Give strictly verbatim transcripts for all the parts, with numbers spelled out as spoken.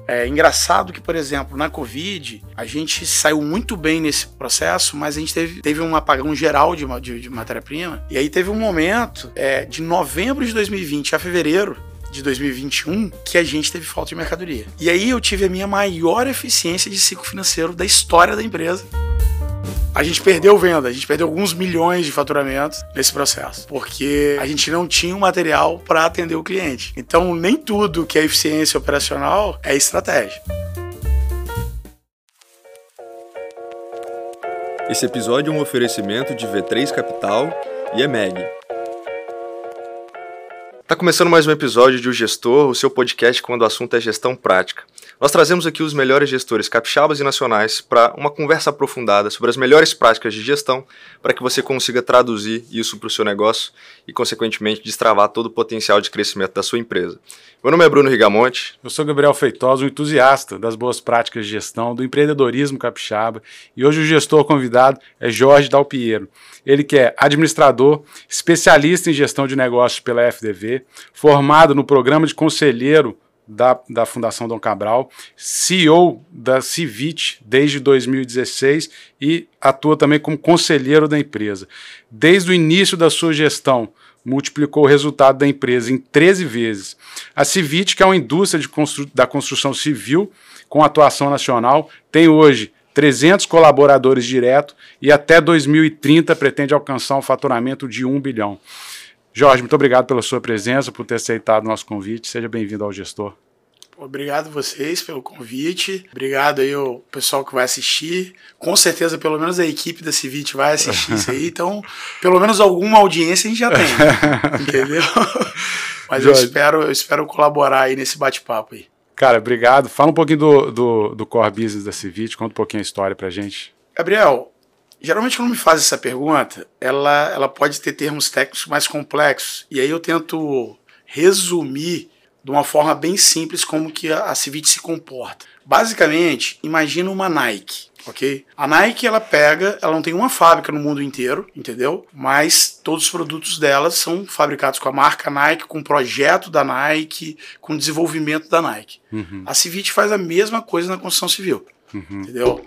É engraçado que, por exemplo, na Covid, a gente saiu muito bem nesse processo, mas a gente teve, teve um apagão geral de, de, de matéria-prima. E aí teve um momento, é, de novembro de dois mil e vinte a fevereiro de dois mil e vinte e um, que a gente teve falta de mercadoria. E aí eu tive a minha maior eficiência de ciclo financeiro da história da empresa. A gente perdeu venda, a gente perdeu alguns milhões de faturamentos nesse processo, porque a gente não tinha o material para atender o cliente. Então, nem tudo que é eficiência operacional é estratégia. Esse episódio é um oferecimento de V três Capital e E M E G. Tá começando mais um episódio de O Gestor, o seu podcast quando o assunto é gestão prática. Nós trazemos aqui os melhores gestores capixabas e nacionais para uma conversa aprofundada sobre as melhores práticas de gestão para que você consiga traduzir isso para o seu negócio e, consequentemente, destravar todo o potencial de crescimento da sua empresa. Meu nome é Bruno Rigamonte. Eu sou Gabriel Feitosa, um entusiasta das boas práticas de gestão, do empreendedorismo capixaba, e hoje o gestor convidado é Jorge Dalpiero. Ele que é administrador, especialista em gestão de negócios pela F D V, formado no programa de conselheiro Da, da Fundação Dom Cabral, C E O da Civit desde dois mil e dezesseis e atua também como conselheiro da empresa. Desde o início da sua gestão, multiplicou o resultado da empresa em treze vezes. A Civit, que é uma indústria de constru da construção civil com atuação nacional, tem hoje trezentos colaboradores diretos e até dois mil e trinta pretende alcançar um faturamento de um bilhão. Jorge, muito obrigado pela sua presença, por ter aceitado o nosso convite. Seja bem-vindo ao Gestor. Obrigado vocês pelo convite. Obrigado aí ao pessoal que vai assistir. Com certeza, pelo menos a equipe da Civit vai assistir isso aí. Então, pelo menos alguma audiência a gente já tem. Entendeu? Mas eu espero, eu espero colaborar aí nesse bate-papo aí. Cara, obrigado. Fala um pouquinho do, do, do core business da Civit. Conta um pouquinho a história pra gente. Gabriel, geralmente quando me faz essa pergunta, ela, ela pode ter termos técnicos mais complexos, e aí eu tento resumir de uma forma bem simples como que a, a Civit se comporta. Basicamente, imagina uma Nike, ok? A Nike, ela pega, ela não tem uma fábrica no mundo inteiro, entendeu? Mas todos os produtos dela são fabricados com a marca Nike, com o projeto da Nike, com o desenvolvimento da Nike. Uhum. A Civit faz a mesma coisa na construção civil, uhum. entendeu?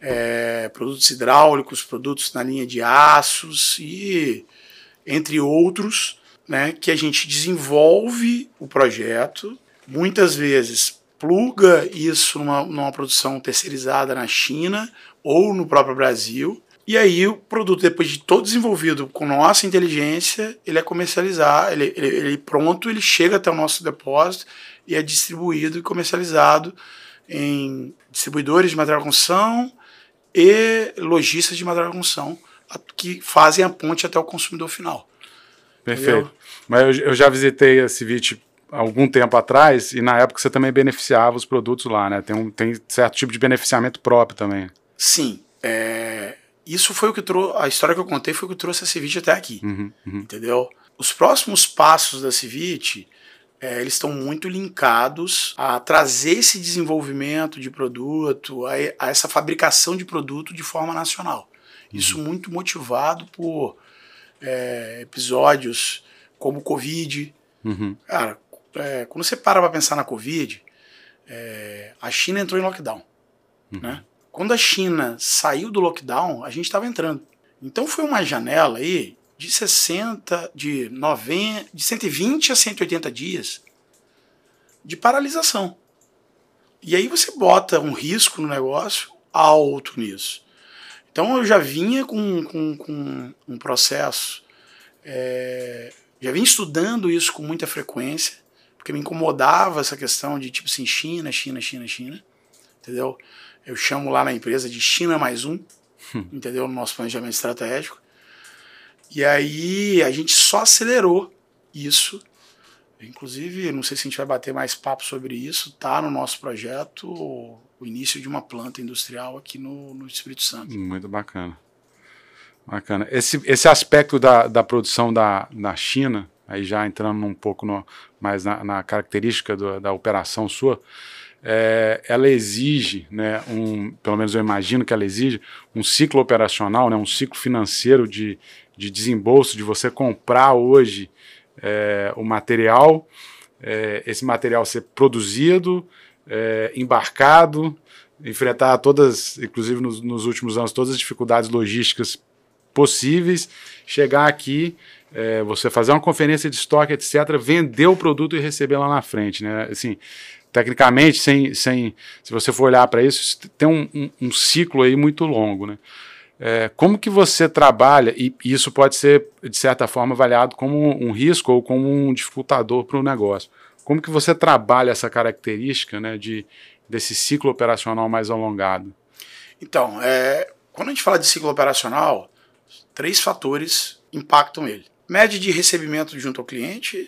É, produtos hidráulicos, produtos na linha de aços e entre outros, né, que a gente desenvolve o projeto, muitas vezes pluga isso numa, numa produção terceirizada na China ou no próprio Brasil, e aí o produto, depois de todo desenvolvido com nossa inteligência, ele é comercializado, ele, ele, ele pronto, ele chega até o nosso depósito e é distribuído e comercializado em distribuidores de material de construção e lojistas de material de construção que fazem a ponte até o consumidor final. Perfeito. Entendeu? Mas eu, eu já visitei a Civit há algum tempo atrás e na época você também beneficiava os produtos lá, né? Tem, um, tem certo tipo de beneficiamento próprio também. Sim. É, isso foi o que trouxe, a história que eu contei foi o que trouxe a Civit até aqui. Uhum, uhum. Entendeu? Os próximos passos da Civit, É, eles estão muito linkados a trazer esse desenvolvimento de produto, a, a essa fabricação de produto de forma nacional. Uhum. Isso muito motivado por é, episódios como o Covid. Uhum. Cara, é, quando você para para pensar na Covid, é, a China entrou em lockdown. Uhum. Né? Quando a China saiu do lockdown, a gente estava entrando. Então foi uma janela aí de sessenta, de noventa, de cento e vinte a cento e oitenta dias de paralisação. E aí você bota um risco no negócio alto nisso. Então eu já vinha com, com, com um processo, é, já vinha estudando isso com muita frequência, porque me incomodava essa questão de tipo assim, China, China, China, China, entendeu? Eu chamo lá na empresa de China mais um, entendeu? No nosso planejamento estratégico. E aí a gente só acelerou isso. Inclusive, não sei se a gente vai bater mais papo sobre isso, tá no nosso projeto o início de uma planta industrial aqui no, no Espírito Santo. Muito bacana. Bacana. Esse, esse aspecto da, da produção da, da China, aí já entrando um pouco no, mais na, na característica do, da operação sua, é, ela exige, né, um, pelo menos eu imagino que ela exige, um ciclo operacional, né, um ciclo financeiro de de desembolso, de você comprar hoje é, o material, é, esse material ser produzido, é, embarcado, enfrentar todas, inclusive nos, nos últimos anos, todas as dificuldades logísticas possíveis, chegar aqui, é, você fazer uma conferência de estoque, etcétera, vender o produto e receber lá na frente, né? Assim, tecnicamente, sem, sem, se você for olhar para isso, tem um, um, um ciclo aí muito longo, né? É, como que você trabalha, e isso pode ser, de certa forma, avaliado como um, um risco ou como um dificultador para o negócio. Como que você trabalha essa característica, né, de, desse ciclo operacional mais alongado? Então, é, quando a gente fala de ciclo operacional, três fatores impactam ele. Média de recebimento junto ao cliente,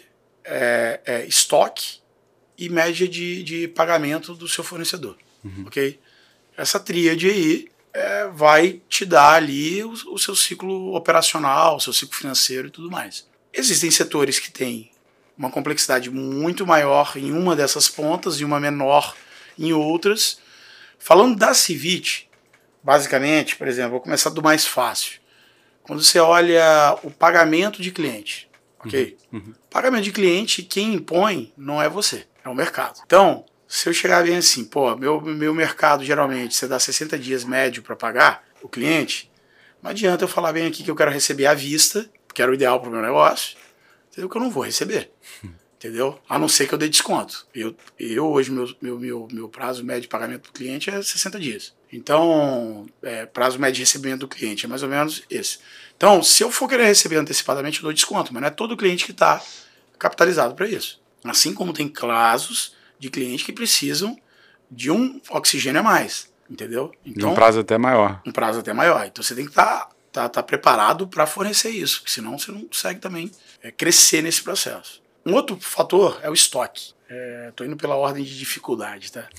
é, é, estoque e média de, de pagamento do seu fornecedor. Uhum. Ok? Essa tríade aí é, vai te dar ali o, o seu ciclo operacional, o seu ciclo financeiro e tudo mais. Existem setores que têm uma complexidade muito maior em uma dessas pontas e uma menor em outras. Falando da Civit, basicamente, por exemplo, vou começar do mais fácil. Quando você olha o pagamento de cliente, ok? Uhum, uhum. Pagamento de cliente, quem impõe não é você, é o mercado. Então, se eu chegar bem assim, pô, meu, meu mercado geralmente você dá sessenta dias médio para pagar o cliente, não adianta eu falar bem aqui que eu quero receber à vista, que era o ideal para o meu negócio, entendeu? Que eu não vou receber, entendeu? A não ser que eu dê desconto. Eu, eu hoje, meu, meu, meu, meu prazo médio de pagamento do cliente é sessenta dias. Então, é, prazo médio de recebimento do cliente é mais ou menos esse. Então, se eu for querer receber antecipadamente, eu dou desconto, mas não é todo cliente que está capitalizado para isso. Assim como tem casos de clientes que precisam de um oxigênio a mais, entendeu? Então, um prazo até maior. Um prazo até maior. Então, você tem que estar tá, tá, tá preparado para fornecer isso, porque senão você não consegue também é, crescer nesse processo. Um outro fator é o estoque. Estou é, indo pela ordem de dificuldade, tá?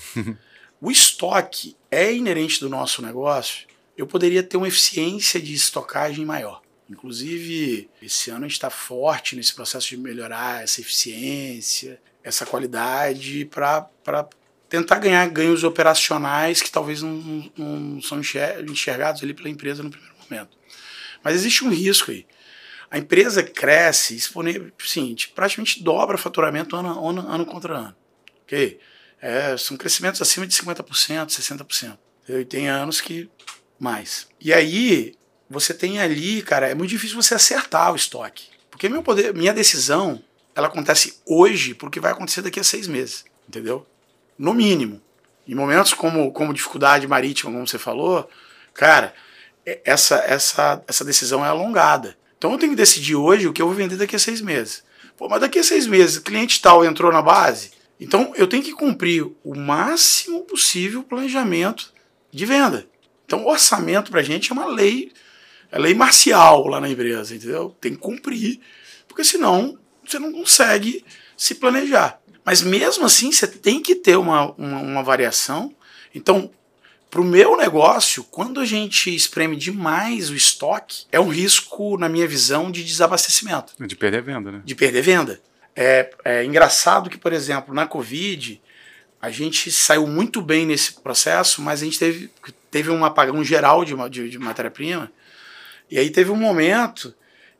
O estoque é inerente do nosso negócio. Eu poderia ter uma eficiência de estocagem maior. Inclusive, esse ano a gente está forte nesse processo de melhorar essa eficiência, essa qualidade, para tentar ganhar ganhos operacionais que talvez não, não, não são enxergados ali pela empresa no primeiro momento. Mas existe um risco aí. A empresa cresce, expone, sim, praticamente dobra o faturamento ano, ano, ano contra ano. Okay? É, são crescimentos acima de cinquenta por cento, sessenta por cento. E tem anos que mais. E aí, você tem ali, cara, é muito difícil você acertar o estoque. Porque meu poder, minha decisão, ela acontece hoje porque vai acontecer daqui a seis meses. Entendeu? No mínimo. Em momentos como, como dificuldade marítima, como você falou, cara, essa, essa, essa decisão é alongada. Então eu tenho que decidir hoje o que eu vou vender daqui a seis meses. Pô, mas daqui a seis meses, cliente tal entrou na base. Então eu tenho que cumprir o máximo possível o planejamento de venda. Então o orçamento pra gente é uma lei, é lei marcial lá na empresa, entendeu? Tem que cumprir, porque senão você não consegue se planejar. Mas mesmo assim você tem que ter uma, uma, uma variação. Então, para o meu negócio, quando a gente espreme demais o estoque, é um risco, na minha visão, de desabastecimento. De perder venda, né? De perder venda. É, é engraçado que, por exemplo, na Covid, a gente saiu muito bem nesse processo, mas a gente teve, teve um apagão geral de, de, de matéria-prima. E aí teve um momento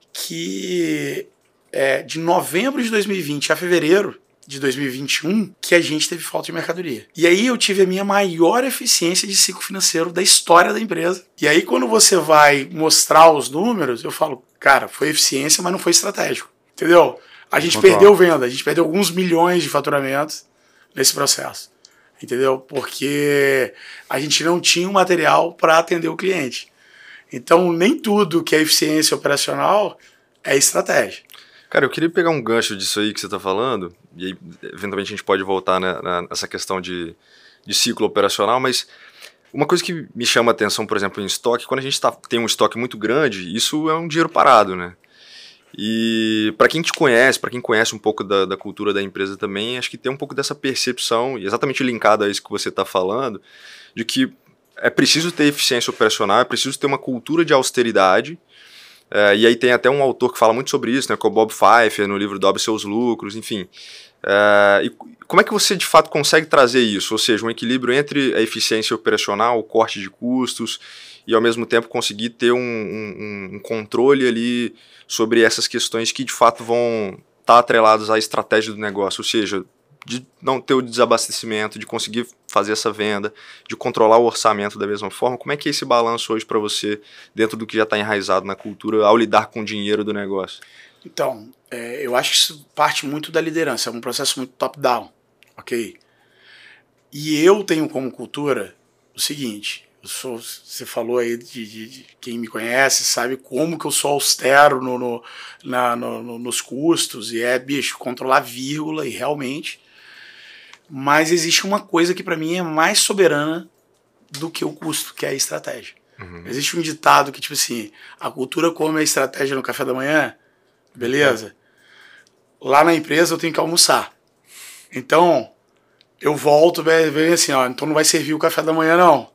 que, é, de novembro de dois mil e vinte a fevereiro de dois mil e vinte e um, que a gente teve falta de mercadoria. E aí eu tive a minha maior eficiência de ciclo financeiro da história da empresa. E aí quando você vai mostrar os números, eu falo, cara, foi eficiência, mas não foi estratégico. Entendeu? A gente Control. perdeu venda, a gente perdeu alguns milhões de faturamentos nesse processo. Entendeu? Porque a gente não tinha o material para atender o cliente. Então nem tudo que é eficiência operacional é estratégia. Cara, eu queria pegar um gancho disso aí que você está falando, e aí, eventualmente, a gente pode voltar, né, nessa questão de, de ciclo operacional, mas uma coisa que me chama a atenção, por exemplo, em estoque, quando a gente tá, tem um estoque muito grande, isso é um dinheiro parado, né? E para quem te conhece, para quem conhece um pouco da, da cultura da empresa também, acho que tem um pouco dessa percepção, e exatamente linkado a isso que você está falando, de que é preciso ter eficiência operacional, é preciso ter uma cultura de austeridade. Uh, e aí tem até um autor que fala muito sobre isso, né, que é o Bob Pfeiffer, no livro Dobre Seus Lucros, enfim. Uh, e como é que você de fato consegue trazer isso? Ou seja, um equilíbrio entre a eficiência operacional, o corte de custos, e ao mesmo tempo conseguir ter um, um, um controle ali sobre essas questões que de fato vão estar atreladas à estratégia do negócio. Ou seja, de não ter o desabastecimento, de conseguir fazer essa venda, de controlar o orçamento da mesma forma. Como é que é esse balanço hoje para você, dentro do que já está enraizado na cultura, ao lidar com o dinheiro do negócio? Então, é, eu acho que isso parte muito da liderança, é um processo muito top-down, ok? E eu tenho como cultura o seguinte, eu sou, você falou aí de, de, de quem me conhece, sabe como que eu sou austero no, no, na, no, no, nos custos, e é, bicho, controlar vírgula, e realmente, mas existe uma coisa que para mim é mais soberana do que o custo, que é a estratégia. Uhum. Existe um ditado que, tipo assim, a cultura come a estratégia no café da manhã, beleza? Lá na empresa eu tenho que almoçar. Então, eu volto, vem assim, ó, então não vai servir o café da manhã, não.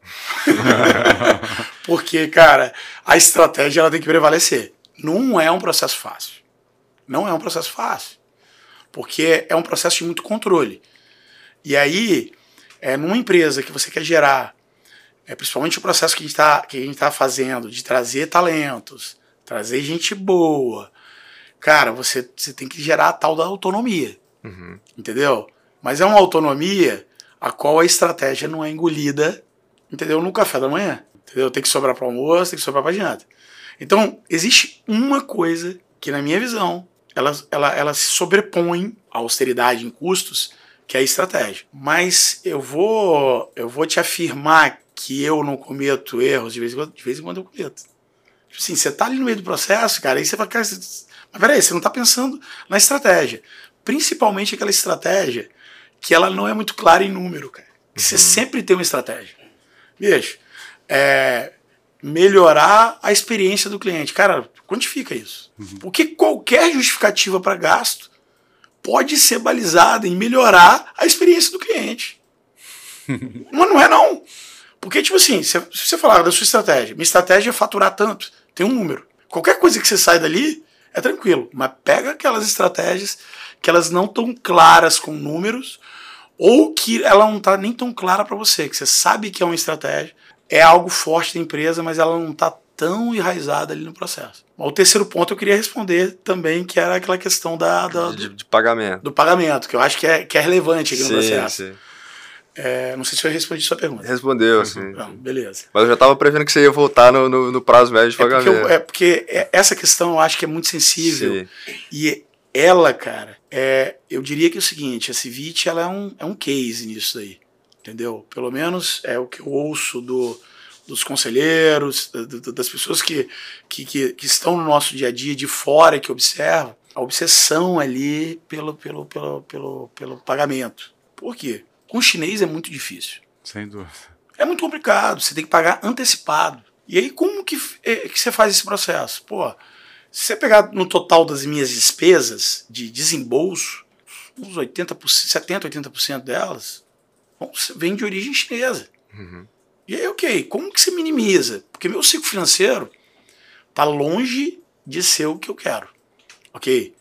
Porque, cara, a estratégia ela tem que prevalecer. Não é um processo fácil. Não é um processo fácil. Porque é um processo de muito controle. E aí, é, numa empresa que você quer gerar, é, principalmente o processo que a gente está que a gente tá fazendo, de trazer talentos, trazer gente boa, cara, você, você tem que gerar a tal da autonomia. Uhum. Entendeu? Mas é uma autonomia a qual a estratégia não é engolida, entendeu? No café da manhã. Entendeu? Tem que sobrar para o almoço, tem que sobrar para a janta. Então, existe uma coisa que, na minha visão, ela, ela, ela se sobrepõe à austeridade em custos, que é a estratégia. Mas eu vou, eu vou te afirmar que eu não cometo erros, de vez em quando, de vez em quando eu cometo. Tipo assim, você tá ali no meio do processo, cara, aí você fala, cara, você, mas peraí, você não tá pensando na estratégia. Principalmente aquela estratégia que ela não é muito clara em número, cara. Que uhum. Você sempre tem uma estratégia. Bicho, é, melhorar a experiência do cliente. Cara, quantifica isso. Uhum. Porque qualquer justificativa para gasto pode ser balizada em melhorar a experiência do cliente. Mas não é não. Porque, tipo assim, se você falar da sua estratégia, minha estratégia é faturar tanto, tem um número. Qualquer coisa que você sai dali é tranquilo. Mas pega aquelas estratégias que elas não estão claras com números, ou que ela não está nem tão clara para você, que você sabe que é uma estratégia, é algo forte da empresa, mas ela não está tão enraizada ali no processo. O terceiro ponto eu queria responder também, que era aquela questão da, da de, de pagamento. Do pagamento, que eu acho que é, que é relevante aqui no sim, processo. Sim. É, não sei se eu respondi a sua pergunta. Respondeu, sim. Não, beleza. Mas eu já estava prevendo que você ia voltar no, no, no prazo médio de é pagamento. Porque eu, é porque essa questão eu acho que é muito sensível. Sim. E ela, cara, é, eu diria que é o seguinte, a Civit ela é um, é um case nisso daí, entendeu? Pelo menos é o que eu ouço do, dos conselheiros, do, das pessoas que, que, que, que estão no nosso dia a dia de fora, que observam, a obsessão ali pelo, pelo, pelo, pelo, pelo pagamento. Por quê? Com o chinês é muito difícil. Sem dúvida. É muito complicado, você tem que pagar antecipado. E aí como que, é, que você faz esse processo? Pô, se você pegar no total das minhas despesas de desembolso, uns oitenta por cento, setenta, oitenta por cento delas bom, vem de origem chinesa. Uhum. E aí, ok, como que você minimiza? Porque meu ciclo financeiro está longe de ser o que eu quero. Ok?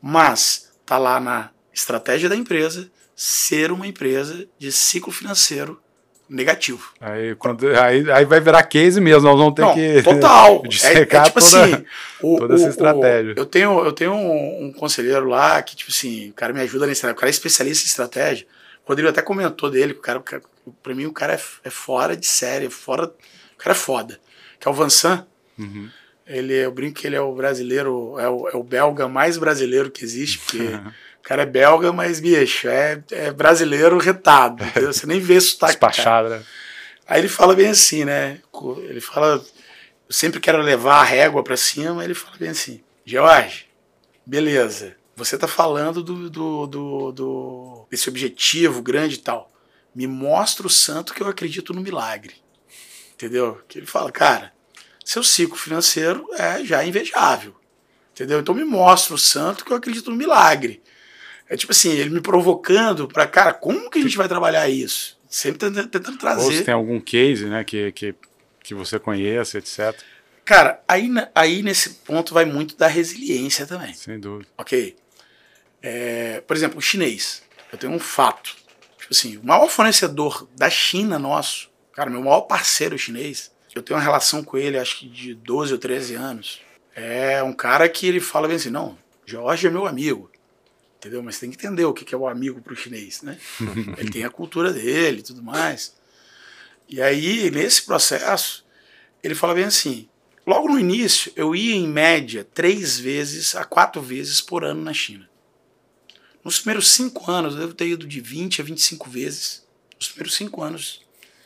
Mas está lá na estratégia da empresa ser uma empresa de ciclo financeiro negativo. Aí, quando, aí, aí vai virar case mesmo, nós vamos ter Não, que total. dissecar é, é tipo toda, assim, o, toda o, essa estratégia. O, eu tenho, eu tenho um, um conselheiro lá que, tipo assim, o cara me ajuda na estratégia, o cara é especialista em estratégia. O Rodrigo até comentou dele, que o cara, pra mim o cara é, é fora de série, é fora, o cara é foda. Que é o Vansan. Uhum. Ele, eu brinco que ele é o brasileiro, é o, é o belga mais brasileiro que existe, porque o cara é belga, mas, bicho, é, é brasileiro retado, entendeu? Você nem vê sotaque. Despachado, né? Aí ele fala bem assim, né? Ele fala, eu sempre quero levar a régua pra cima, ele fala bem assim, George, beleza, você tá falando do, do, do, do desse objetivo grande e tal, me mostra o santo que eu acredito no milagre, entendeu? Que ele fala, cara, seu ciclo financeiro é já invejável, entendeu? Então me mostra o santo que eu acredito no milagre. É tipo assim, ele me provocando pra, cara, como que a gente vai trabalhar isso? Sempre tentando, tentando trazer. Ou se tem algum case, né, que, que, que você conheça, etcétera. Cara, aí, aí nesse ponto vai muito da resiliência também. Sem dúvida. Ok? É, por exemplo, o chinês. Eu tenho um fato. Tipo assim, o maior fornecedor da China nosso, cara, meu maior parceiro chinês, eu tenho uma relação com ele, acho que de doze ou treze anos. É um cara que ele fala bem assim, não, Jorge é meu amigo. entendeu? Mas tem que entender o que é o amigo para o chinês, né? Ele tem a cultura dele e tudo mais. E aí, nesse processo, ele fala bem assim, logo no início, eu ia em média três vezes a quatro vezes por ano na China. Nos primeiros cinco anos, eu devo ter ido de vinte a vinte e cinco vezes. Nos primeiros cinco anos.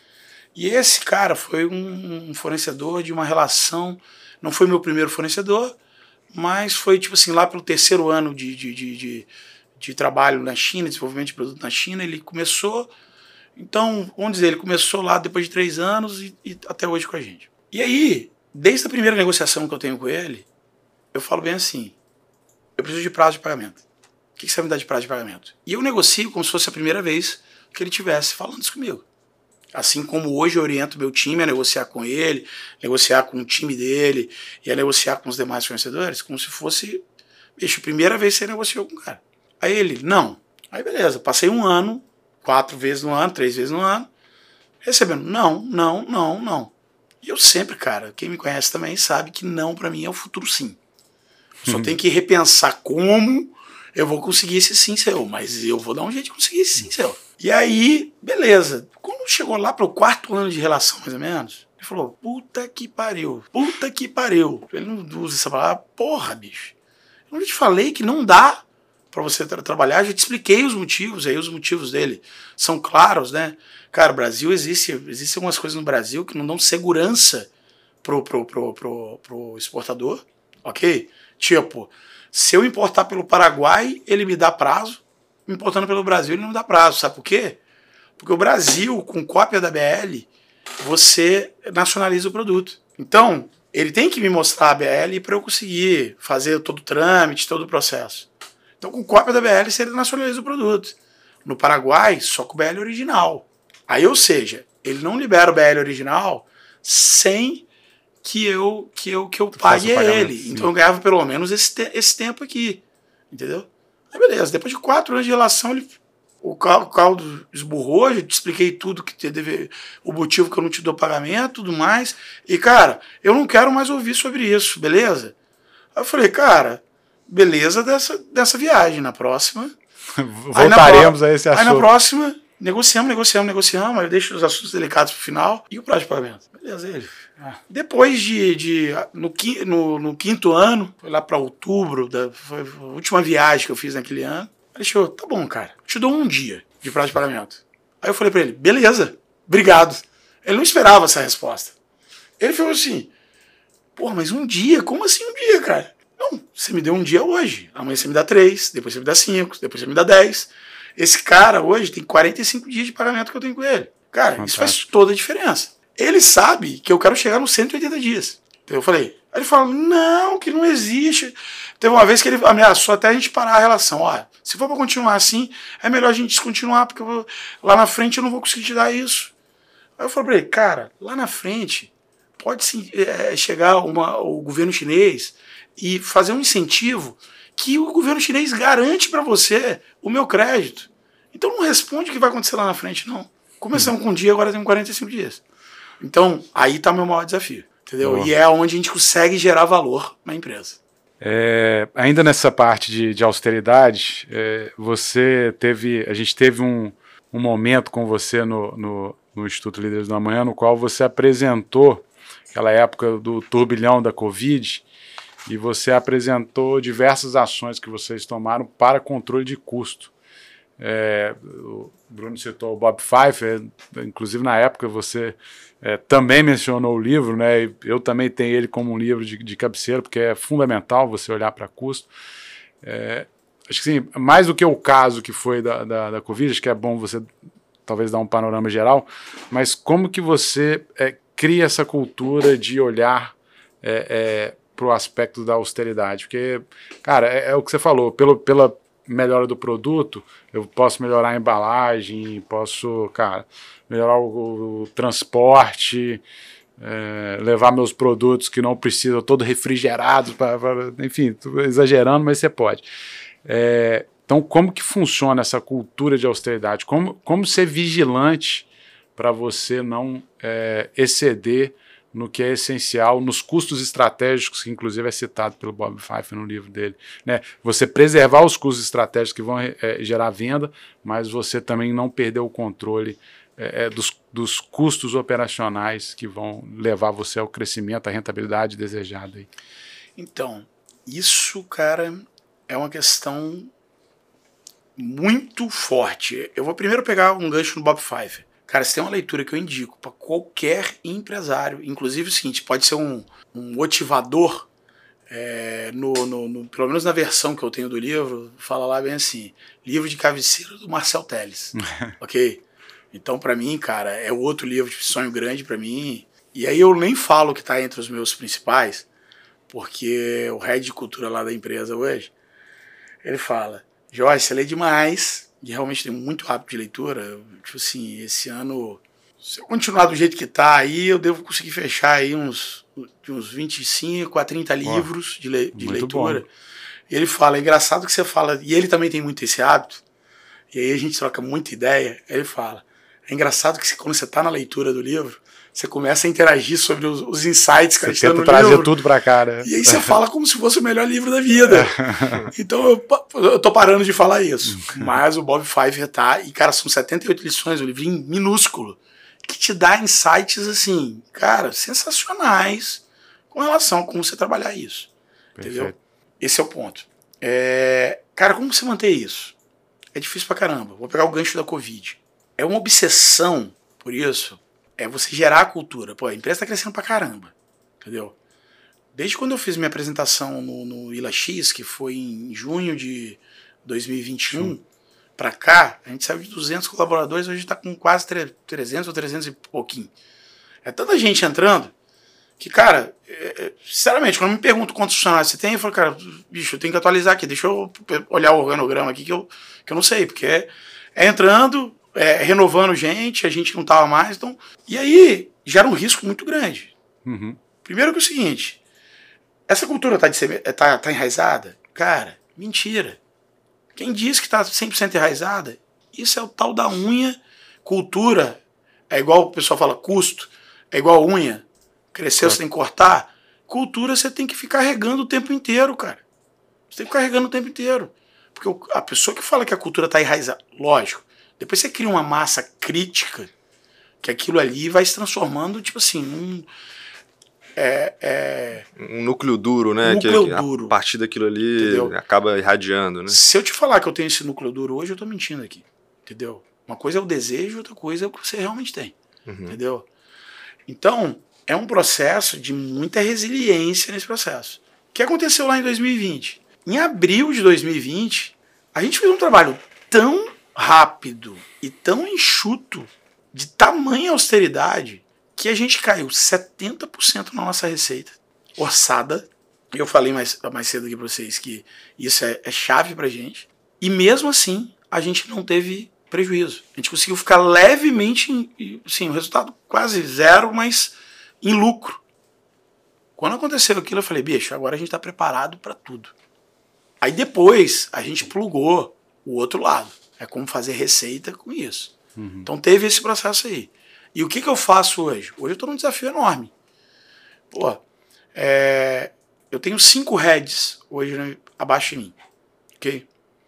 E esse cara foi um, um fornecedor de uma relação, não foi meu primeiro fornecedor, mas foi tipo assim, lá pelo terceiro ano de, de, de, de, de trabalho na China, desenvolvimento de produto na China, ele começou, então, vamos dizer, ele começou lá depois de três anos e, e até hoje com a gente. E aí, desde a primeira negociação que eu tenho com ele, eu falo bem assim, eu preciso de prazo de pagamento. O que você vai me dar de prazo de pagamento? E eu negocio como se fosse a primeira vez que ele estivesse falando isso comigo. Assim como hoje eu oriento meu time a negociar com ele, negociar com o time dele e a negociar com os demais fornecedores, como se fosse, bicho, a primeira vez que você negociou com o cara. Aí ele, não. Aí beleza, passei um ano, quatro vezes no ano, três vezes no ano, recebendo não, não, não, não. E eu sempre, cara, quem me conhece também sabe que não pra mim é o futuro sim. Só Uhum. tem que repensar como eu vou conseguir esse sim seu, mas eu vou dar um jeito de conseguir esse sim seu. E aí, beleza. Quando chegou lá pro quarto ano de relação, mais ou menos, ele falou, puta que pariu, puta que pariu. Ele não usa essa palavra, porra, bicho. Eu não te falei que não dá pra você tra trabalhar, já te expliquei os motivos, aí os motivos dele são claros, né? Cara, o Brasil existe, existem algumas coisas no Brasil que não dão segurança pro, pro, pro, pro, pro exportador, ok? Tipo, se eu importar pelo Paraguai, ele me dá prazo, importando pelo Brasil, ele não me dá prazo. Sabe por quê? Porque o Brasil, com cópia da B L, você nacionaliza o produto. Então, ele tem que me mostrar a B L para eu conseguir fazer todo o trâmite, todo o processo. Então, com cópia da B L, você nacionaliza o produto. No Paraguai, só com B L original. Aí, ou seja, ele não libera o B L original sem que eu, que eu, que eu pague a ele. Sim. Então, eu ganhava pelo menos esse, te esse tempo aqui. Entendeu? Aí beleza, depois de quatro anos de relação, ele, o caldo esburrou, eu te expliquei tudo, que deve, o motivo que eu não te dou pagamento, tudo mais. E, cara, eu não quero mais ouvir sobre isso, beleza? Aí eu falei, cara, beleza dessa, dessa viagem, na próxima. Voltaremos na, a esse assunto. Aí na próxima, negociamos, negociamos, negociamos, aí eu deixo os assuntos delicados pro final e o prazo de pagamento. Beleza, ele. Ah. Depois de, de no, no, no quinto ano, foi lá para outubro, da, foi a última viagem que eu fiz naquele ano, ele falou, tá bom, cara, te dou um dia de prazo de pagamento. Aí eu falei para ele, beleza, obrigado. Ele não esperava essa resposta. Ele falou assim, pô, mas um dia? Como assim um dia, cara? Não, você me deu um dia hoje, amanhã você me dá três, depois você me dá cinco, depois você me dá dez. Esse cara hoje tem quarenta e cinco dias de pagamento que eu tenho com ele. Cara, fantástico. Isso faz toda a diferença. Ele sabe que eu quero chegar nos cento e oitenta dias. Então eu falei, aí ele falou, não, que não existe. Teve uma vez que ele ameaçou até a gente parar a relação. Ó, se for para continuar assim, é melhor a gente descontinuar, porque eu vou, lá na frente eu não vou conseguir te dar isso. Aí eu falei pra ele, cara, lá na frente pode sim, é, chegar uma, o governo chinês e fazer um incentivo que o governo chinês garante para você o meu crédito. Então não responde o que vai acontecer lá na frente, não. Começamos com um dia, agora temos quarenta e cinco dias. Então, aí está o meu maior desafio, entendeu? Oh. E é onde a gente consegue gerar valor na empresa. É, ainda nessa parte de, de austeridade, é, você teve, a gente teve um, um momento com você no, no, no Instituto Líderes da Manhã, no qual você apresentou aquela época do turbilhão da Covid, e você apresentou diversas ações que vocês tomaram para controle de custo. É, o Bruno citou o Bob Pfeiffer, inclusive na época você é, também mencionou o livro, né? Eu também tenho ele como um livro de, de cabeceira, porque é fundamental você olhar para custo. É, acho que sim, mais do que o caso que foi da, da, da Covid, acho que é bom você talvez dar um panorama geral, mas como que você é, cria essa cultura de olhar é, é, para o aspecto da austeridade? Porque, cara, é, é o que você falou, pelo, pela melhora do produto, eu posso melhorar a embalagem, posso, cara, melhorar o, o transporte, é, levar meus produtos que não precisam, todo refrigerados, pra, pra, enfim, tô exagerando, mas você pode. É, então, como que funciona essa cultura de austeridade? Como, como ser vigilante para você não é, exceder no que é essencial, nos custos estratégicos, que inclusive é citado pelo Bob Fife no livro dele. Né? Você preservar os custos estratégicos que vão é, gerar venda, mas você também não perder o controle é, dos, dos custos operacionais que vão levar você ao crescimento, à rentabilidade desejada. Aí. Então, isso, cara, é uma questão muito forte. Eu vou primeiro pegar um gancho no Bob Fife. Cara, você tem uma leitura que eu indico para qualquer empresário, inclusive o seguinte, pode ser um, um motivador, é, no, no, no, pelo menos na versão que eu tenho do livro, fala lá bem assim, livro de cabeceira do Marcel Telles, ok? Então, para mim, cara, é outro livro de sonho grande para mim, e aí eu nem falo que tá entre os meus principais, porque o head de cultura lá da empresa hoje, ele fala, Jorge, você lê demais, e realmente tem muito hábito de leitura, tipo assim, esse ano, se eu continuar do jeito que tá aí, eu devo conseguir fechar aí uns, uns vinte e cinco a trinta livros oh, de, le, de leitura. Bom. E ele fala, é engraçado que você fala, e ele também tem muito esse hábito, e aí a gente troca muita ideia, ele fala, é engraçado que quando você tá na leitura do livro, você começa a interagir sobre os, os insights que a gente tá no livro. Você tenta trazer tudo pra cá, né? E aí você fala como se fosse o melhor livro da vida. Então eu, eu tô parando de falar isso. Mas o Bob Fife tá... E, cara, são setenta e oito lições, um livrinho minúsculo, que te dá insights, assim, cara, sensacionais com relação a como você trabalhar isso. Perfeito. Entendeu? Esse é o ponto. É, cara, como você manter isso? É difícil pra caramba. Vou pegar o gancho da Covid. É uma obsessão por isso... É você gerar a cultura. Pô, a empresa está crescendo pra caramba, entendeu? Desde quando eu fiz minha apresentação no, no I L A X, que foi em junho de dois mil e vinte e um, para cá, a gente saiu de duzentos colaboradores, hoje está com quase trezentos ou trezentos e pouquinho. É tanta gente entrando que, cara, é, sinceramente, quando me perguntam quantos funcionários você tem, eu falo, cara, bicho, eu tenho que atualizar aqui, deixa eu olhar o organograma aqui que eu, que eu não sei, porque é, é entrando... É, renovando gente, a gente não tava mais, então... E aí, gera um risco muito grande. Uhum. Primeiro que é o seguinte, essa cultura tá, de ser, tá, tá enraizada? Cara, mentira. Quem diz que tá cem por cento enraizada, isso é o tal da unha. Cultura é igual o pessoal fala, custo, é igual unha. Cresceu, você tem que cortar. Cultura você tem que ficar regando o tempo inteiro, cara. Você tem que ficar regando o tempo inteiro. Porque a pessoa que fala que a cultura tá enraizada, lógico, depois você cria uma massa crítica que aquilo ali vai se transformando, tipo assim, num... É, é, um núcleo duro, né? Um núcleo que, duro. A partir daquilo ali, entendeu? Acaba irradiando, né? Se eu te falar que eu tenho esse núcleo duro hoje, eu tô mentindo aqui, entendeu? Uma coisa é o desejo, outra coisa é o que você realmente tem, uhum. entendeu? Então, é um processo de muita resiliência nesse processo. O que aconteceu lá em dois mil e vinte? Em abril de dois mil e vinte, a gente fez um trabalho tão rápido e tão enxuto, de tamanha austeridade, que a gente caiu setenta por cento na nossa receita orçada. Eu falei mais, mais cedo aqui para vocês que isso é, é chave pra gente. E mesmo assim, a gente não teve prejuízo. A gente conseguiu ficar levemente, em, sim, o resultado quase zero, mas em lucro. Quando aconteceu aquilo, eu falei, bicho, agora a gente está preparado para tudo. Aí depois, a gente plugou o outro lado. É como fazer receita com isso. Uhum. Então teve esse processo aí. E o que, que eu faço hoje? Hoje eu estou num desafio enorme. Pô, é, eu tenho cinco heads hoje, né, abaixo de mim. Ok?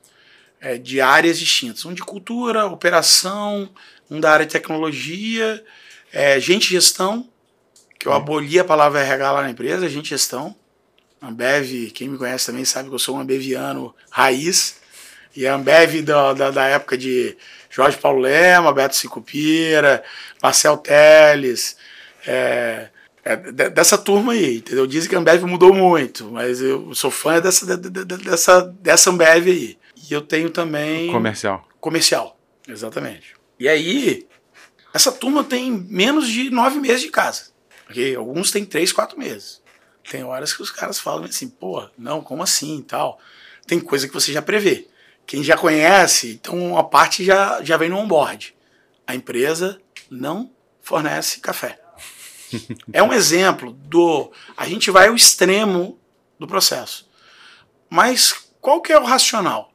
É, de áreas distintas. Um de cultura, operação, um da área de tecnologia, é, gente de gestão, que eu uhum. aboli a palavra R H lá na empresa, gente de gestão. Ambev, quem me conhece também sabe que eu sou um ambeviano raiz. E a Ambev da, da, da época de Jorge Paulo Lema, Beto Sicupira, Marcel Telles, é, é, dessa turma aí, entendeu? Dizem que a Ambev mudou muito, mas eu sou fã dessa, dessa, dessa Ambev aí. E eu tenho também... Comercial. Comercial, exatamente. E aí, essa turma tem menos de nove meses de casa. Okay? Alguns têm três, quatro meses. Tem horas que os caras falam assim, pô, não, como assim e tal. Tem coisa que você já prevê. Quem já conhece, então a parte já, já vem no onboard. A empresa não fornece café. É um exemplo do... A gente vai ao extremo do processo. Mas qual que é o racional?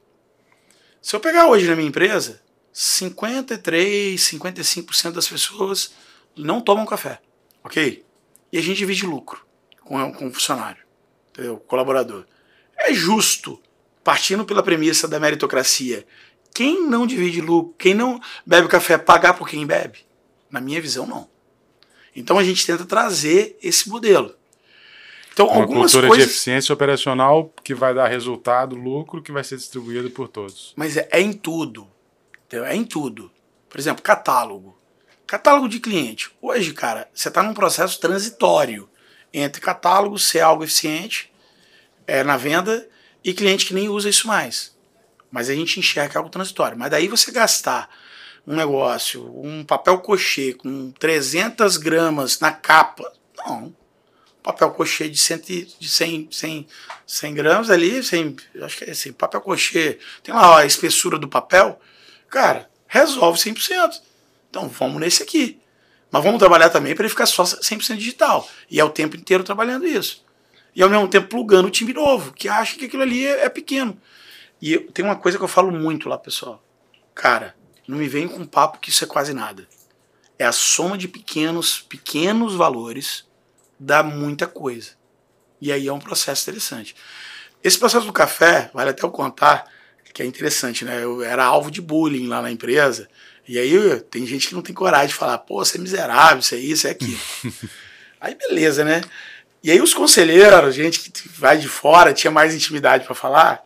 Se eu pegar hoje na minha empresa, cinquenta e três, cinquenta e cinco por cento das pessoas não tomam café. Ok? e a gente divide lucro com, com o funcionário, entendeu? O colaborador. É justo, partindo pela premissa da meritocracia, quem não divide lucro, quem não bebe café, pagar por quem bebe? Na minha visão, não. Então a gente tenta trazer esse modelo. Então, uma algumas cultura coisas... de eficiência operacional que vai dar resultado, lucro, que vai ser distribuído por todos. Mas é, é em tudo. Entendeu? É em tudo. Por exemplo, catálogo. Catálogo de cliente. Hoje, cara, você está num processo transitório entre catálogo ser algo eficiente é, na venda e cliente que nem usa isso mais. Mas a gente enxerga algo transitório. Mas daí você gastar um negócio, um papel cochê com trezentas gramas na capa, não. Papel cochê de, cem, de cem, cem, cem gramas ali, cem, acho que é assim, papel cochê, tem lá ó, a espessura do papel, cara, resolve cem por cento. Então vamos nesse aqui. Mas vamos trabalhar também para ele ficar só cem por cento digital. E é o tempo inteiro trabalhando isso. E ao mesmo tempo plugando o time novo, que acha que aquilo ali é, é pequeno. E eu, tem uma coisa que eu falo muito lá, pessoal. Cara, não me vem com papo que isso é quase nada. É a soma de pequenos, pequenos valores dá muita coisa. E aí é um processo interessante. Esse processo do café, vale até eu contar, que é interessante, né? Eu era alvo de bullying lá na empresa. E aí tem gente que não tem coragem de falar, pô, você é miserável, isso é isso, é aquilo. Aí beleza, né? E aí os conselheiros, gente que vai de fora, tinha mais intimidade para falar,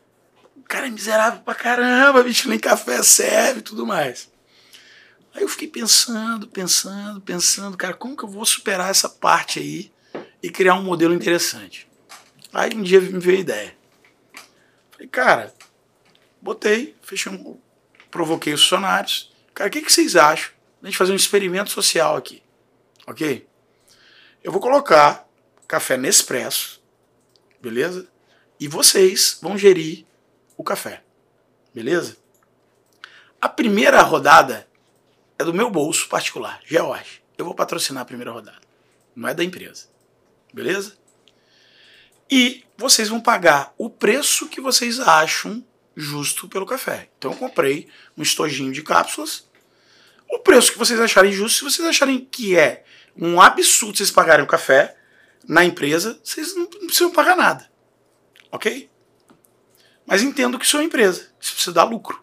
o cara é miserável pra caramba, bicho, nem café serve e tudo mais. Aí eu fiquei pensando, pensando, pensando, cara, como que eu vou superar essa parte aí e criar um modelo interessante? Aí um dia me veio a ideia. Falei, cara, botei, fechei um, provoquei os funcionários. Cara, o que, que vocês acham de a gente fazer um experimento social aqui? Ok? Eu vou colocar café Nespresso, beleza? E vocês vão gerir o café, beleza? A primeira rodada é do meu bolso particular, George. Eu vou patrocinar a primeira rodada. Não é da empresa. Beleza? E vocês vão pagar o preço que vocês acham justo pelo café. Então eu comprei um estojinho de cápsulas. O preço que vocês acharem justo, se vocês acharem que é um absurdo vocês pagarem o café na empresa, vocês não precisam pagar nada. Ok? Mas entendo que isso é uma empresa. Isso precisa dar lucro.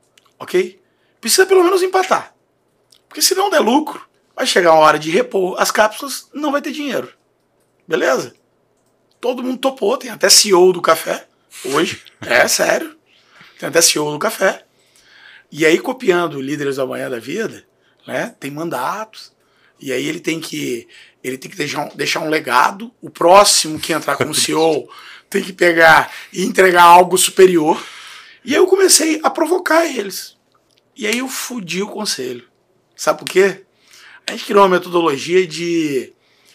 Ok? Precisa pelo menos empatar. Porque se não der lucro, vai chegar uma hora de repor as cápsulas, não vai ter dinheiro. Beleza? Todo mundo topou, tem até C E O do café hoje. É sério. Tem até C E O do café. E aí, copiando Líderes da Manhã da Vida, né, tem mandatos. E aí ele tem que, ele tem que deixar, um, deixar um legado. O próximo que entrar como C E O tem que pegar e entregar algo superior. E aí eu comecei a provocar eles. E aí eu fudi o conselho. Sabe por quê? A gente criou uma metodologia de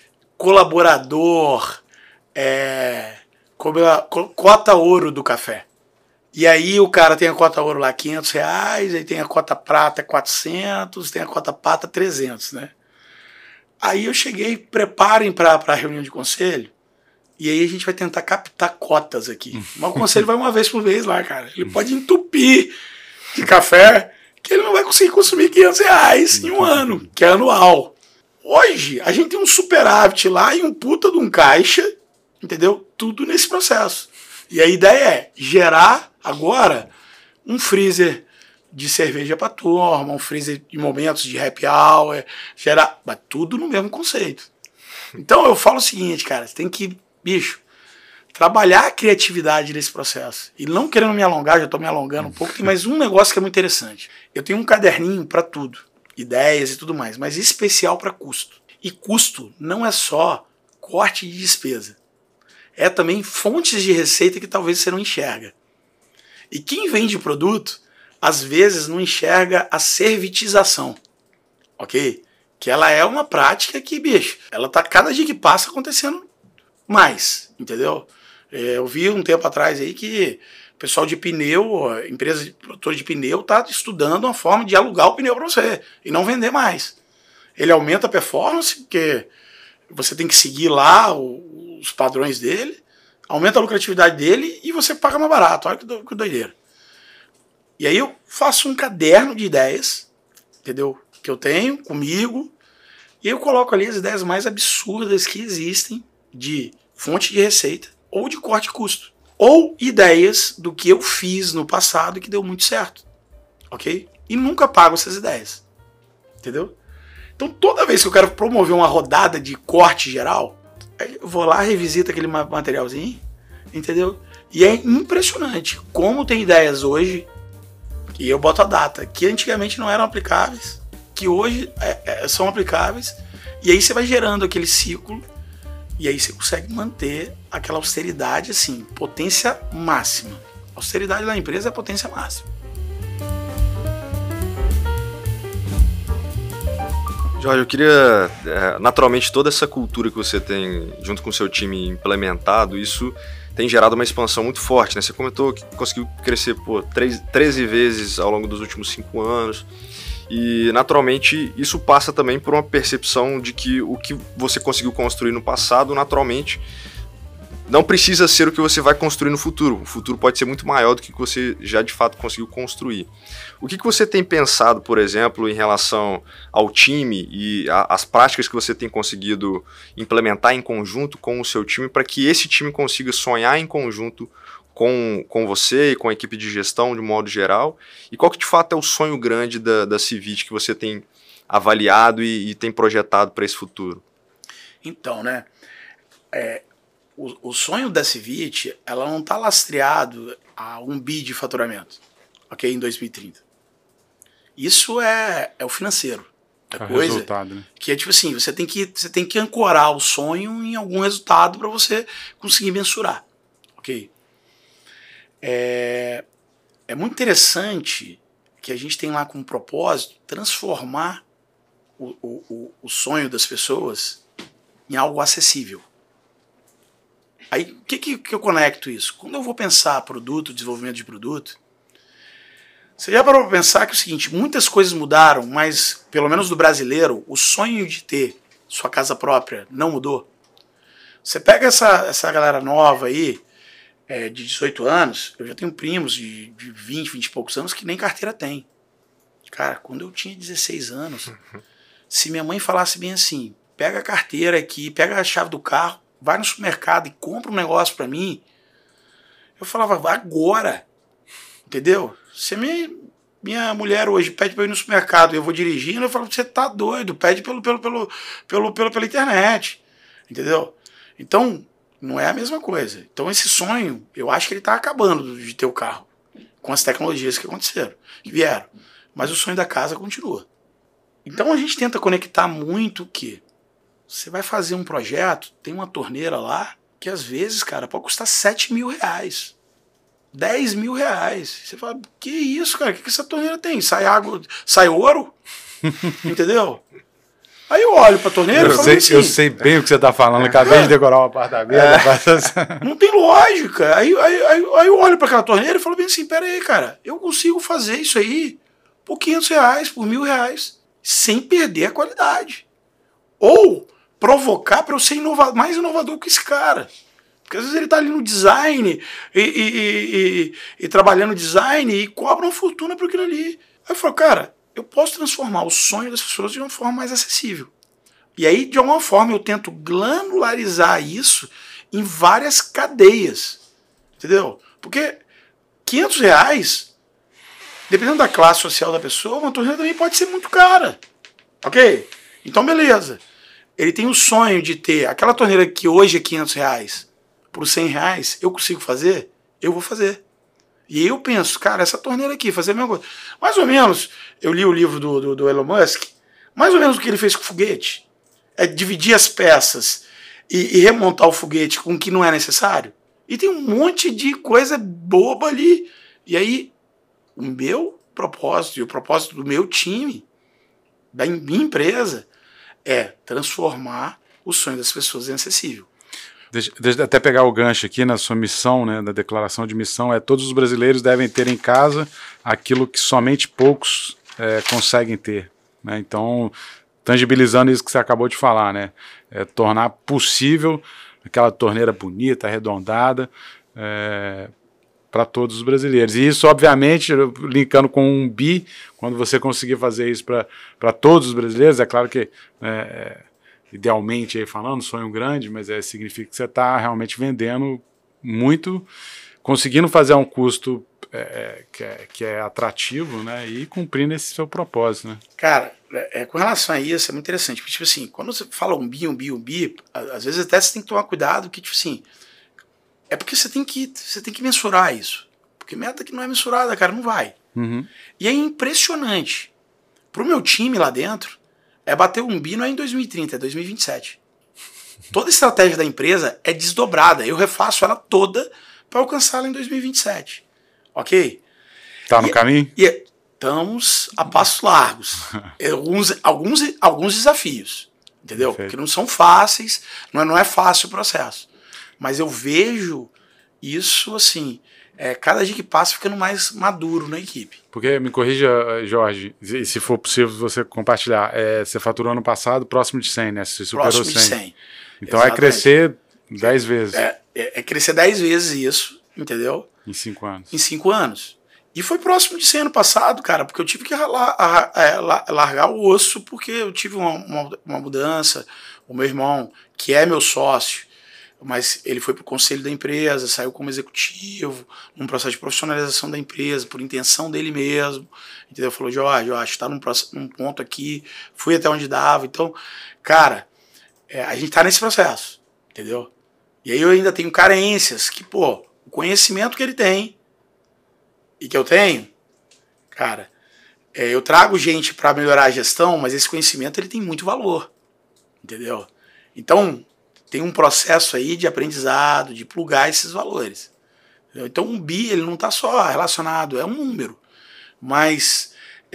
colaborador, é, cota ouro do café. E aí o cara tem a cota ouro lá quinhentos reais, aí tem a cota prata quatrocentos, tem a cota prata trezentos, né? Aí eu cheguei, preparem para a reunião de conselho, e aí a gente vai tentar captar cotas aqui. Mas o conselho vai uma vez por mês lá, cara. Ele pode entupir de café, que ele não vai conseguir consumir quinhentos reais em um ano, que é anual. Hoje, a gente tem um superávit lá e um puta de um caixa, entendeu? Tudo nesse processo. E a ideia é gerar agora um freezer de cerveja para turma, um freezer de momentos de happy hour, gerar, mas tudo no mesmo conceito. Então eu falo o seguinte, cara, você tem que, bicho, trabalhar a criatividade nesse processo. E não querendo me alongar, já estou me alongando um pouco, tem mais um negócio que é muito interessante. Eu tenho um caderninho para tudo, ideias e tudo mais, mas especial para custo. E custo não é só corte de despesa. É também fontes de receita que talvez você não enxerga. E quem vende produto, às vezes não enxerga a servitização. Ok? Que ela é uma prática que, bicho, ela tá cada dia que passa acontecendo mais, entendeu? Eu vi um tempo atrás aí que o pessoal de pneu, a empresa de produtor de pneu, está estudando uma forma de alugar o pneu para você e não vender mais. Ele aumenta a performance, porque você tem que seguir lá os padrões dele, aumenta a lucratividade dele e você paga mais barato. Olha que doideira. E aí eu faço um caderno de ideias, entendeu? Que eu tenho comigo, E eu coloco ali as ideias mais absurdas que existem de fonte de receita ou de corte de custo. Ou ideias do que eu fiz no passado e que deu muito certo. Ok? E nunca pago essas ideias. Entendeu? Então toda vez que eu quero promover uma rodada de corte geral, eu vou lá, revisito aquele materialzinho, entendeu? E é impressionante como tem ideias hoje, que eu boto a data, que antigamente não eram aplicáveis, que hoje é, é, são aplicáveis, e aí você vai gerando aquele ciclo, e aí você consegue manter aquela austeridade, assim, potência máxima. A austeridade da empresa é a potência máxima. Jorge, eu queria, naturalmente, toda essa cultura que você tem junto com o seu time implementado, isso tem gerado uma expansão muito forte, né? Você comentou que conseguiu crescer pô, treze vezes ao longo dos últimos cinco anos e, naturalmente, isso passa também por uma percepção de que o que você conseguiu construir no passado, naturalmente, não precisa ser o que você vai construir no futuro. O futuro pode ser muito maior do que você já, de fato, conseguiu construir. O que, que você tem pensado, por exemplo, em relação ao time e a, as práticas que você tem conseguido implementar em conjunto com o seu time para que esse time consiga sonhar em conjunto com, com você e com a equipe de gestão de modo geral? E qual que, de fato, é o sonho grande da, da Civit que você tem avaliado e, e tem projetado para esse futuro? Então, né, é, o, o sonho da Civit, ela não está lastreado a um bi de faturamento, ok, em dois mil e trinta. Isso é, é o financeiro. É, é coisa resultado, né? Que é tipo assim, você tem que, você tem que ancorar o sonho em algum resultado para você conseguir mensurar, ok? É, é muito interessante que a gente tem lá como propósito transformar o, o, o sonho das pessoas em algo acessível. Aí, o que, que, que eu conecto isso? Quando eu vou pensar produto, desenvolvimento de produto, você já parou para pensar que é o seguinte, muitas coisas mudaram, mas, pelo menos do brasileiro, o sonho de ter sua casa própria não mudou. Você pega essa, essa galera nova aí, é, de dezoito anos, eu já tenho primos de, de vinte, vinte e poucos anos que nem carteira tem. Cara, quando eu tinha dezesseis anos, se minha mãe falasse bem assim, pega a carteira aqui, pega a chave do carro, vai no supermercado e compra um negócio pra mim, eu falava, vai agora, entendeu? Se minha, minha mulher hoje pede pra eu ir no supermercado e eu vou dirigindo, eu falo, você tá doido, pede pelo, pelo, pelo, pelo, pelo, pela internet, entendeu? Então, não é a mesma coisa. Então esse sonho, eu acho que ele tá acabando de ter o carro, com as tecnologias que aconteceram, que vieram. Mas o sonho da casa continua. Então a gente tenta conectar muito o quê? Você vai fazer um projeto, tem uma torneira lá, que às vezes, cara, pode custar sete mil reais. dez mil reais. Você fala, que isso, cara? O que, que essa torneira tem? Sai água, sai ouro? Entendeu? Aí eu olho pra torneira eu e falo sei, assim... Eu sei bem o que você tá falando. Acabei é, de decorar um apartamento. É, não tem lógica. Aí, aí, aí, aí eu olho pra aquela torneira e falo bem assim, pera aí, cara, eu consigo fazer isso aí por quinhentos reais, por mil reais, sem perder a qualidade. Ou provocar para eu ser inova- mais inovador que esse cara. Porque às vezes ele está ali no design e, e, e, e, e trabalhando design e cobra uma fortuna por aquilo ali. Aí eu falo, cara, eu posso transformar o sonho das pessoas de uma forma mais acessível. E aí, de alguma forma, eu tento granularizar isso em várias cadeias. Entendeu? Porque quinhentos reais, dependendo da classe social da pessoa, uma torneira também pode ser muito cara. Ok? Então, beleza. Ele tem o sonho de ter aquela torneira que hoje é quinhentos reais por cem reais, eu consigo fazer? Eu vou fazer. E aí eu penso, cara, essa torneira aqui, fazer a mesma coisa. Mais ou menos, eu li o livro do, do, do Elon Musk, mais ou menos o que ele fez com o foguete. É dividir as peças e, e remontar o foguete com o que não é necessário. E tem um monte de coisa boba ali. E aí, o meu propósito e o propósito do meu time, da minha empresa, é transformar o sonho das pessoas em acessível. Deixa, deixa eu até pegar o gancho aqui na sua missão, né, da declaração de missão, é todos os brasileiros devem ter em casa aquilo que somente poucos é, conseguem ter. Né? Então, tangibilizando isso que você acabou de falar, né, é, tornar possível aquela torneira bonita, arredondada, é, para todos os brasileiros. E isso, obviamente, linkando com um bi, quando você conseguir fazer isso para todos os brasileiros, é claro que, é, idealmente, aí falando, sonho grande, mas é, significa que você está realmente vendendo muito, conseguindo fazer um custo é, que, é, que é atrativo, né, e cumprindo esse seu propósito. Né? Cara, é, com relação a isso, é muito interessante, porque, tipo assim, quando você fala um bi, um bi, um bi, às vezes até você tem que tomar cuidado, que, tipo assim, é porque você tem que, você tem que mensurar isso. Porque meta que não é mensurada, cara, não vai. Uhum. E é impressionante. Pro meu time lá dentro, é bater um bi não é em dois mil e trinta, é dois mil e vinte e sete. Toda a estratégia da empresa é desdobrada. Eu refaço ela toda para alcançá-la em dois mil e vinte e sete. Ok? Tá no e, caminho? E estamos a passos largos. alguns, alguns, alguns desafios. Entendeu? Perfeito. Que não são fáceis, não é, não é fácil o processo. Mas eu vejo isso, assim, é, cada dia que passa ficando mais maduro na equipe. Porque, me corrija, Jorge, e se for possível você compartilhar, é, você faturou ano passado próximo de cem, né? Você superou Próximo cem. de cem. Então Exatamente. vai crescer dez vezes. É, é, é crescer dez vezes isso, entendeu? Em cinco anos. Em cinco anos. E foi próximo de cem ano passado, cara, porque eu tive que ralar, a, a, a, largar o osso, porque eu tive uma, uma, uma mudança. O meu irmão, que é meu sócio, mas ele foi para o conselho da empresa, saiu como executivo, num processo de profissionalização da empresa, por intenção dele mesmo, entendeu? Falou, Jorge, eu acho que está num, num ponto aqui, fui até onde dava. Então, cara, é, a gente está nesse processo, entendeu? E aí eu ainda tenho carências, que, pô, o conhecimento que ele tem e que eu tenho, cara, é, eu trago gente para melhorar a gestão, mas esse conhecimento ele tem muito valor, entendeu? Então, tem um processo aí de aprendizado, de plugar esses valores. Entendeu? Então, um bi ele não está só relacionado, é um número. Mas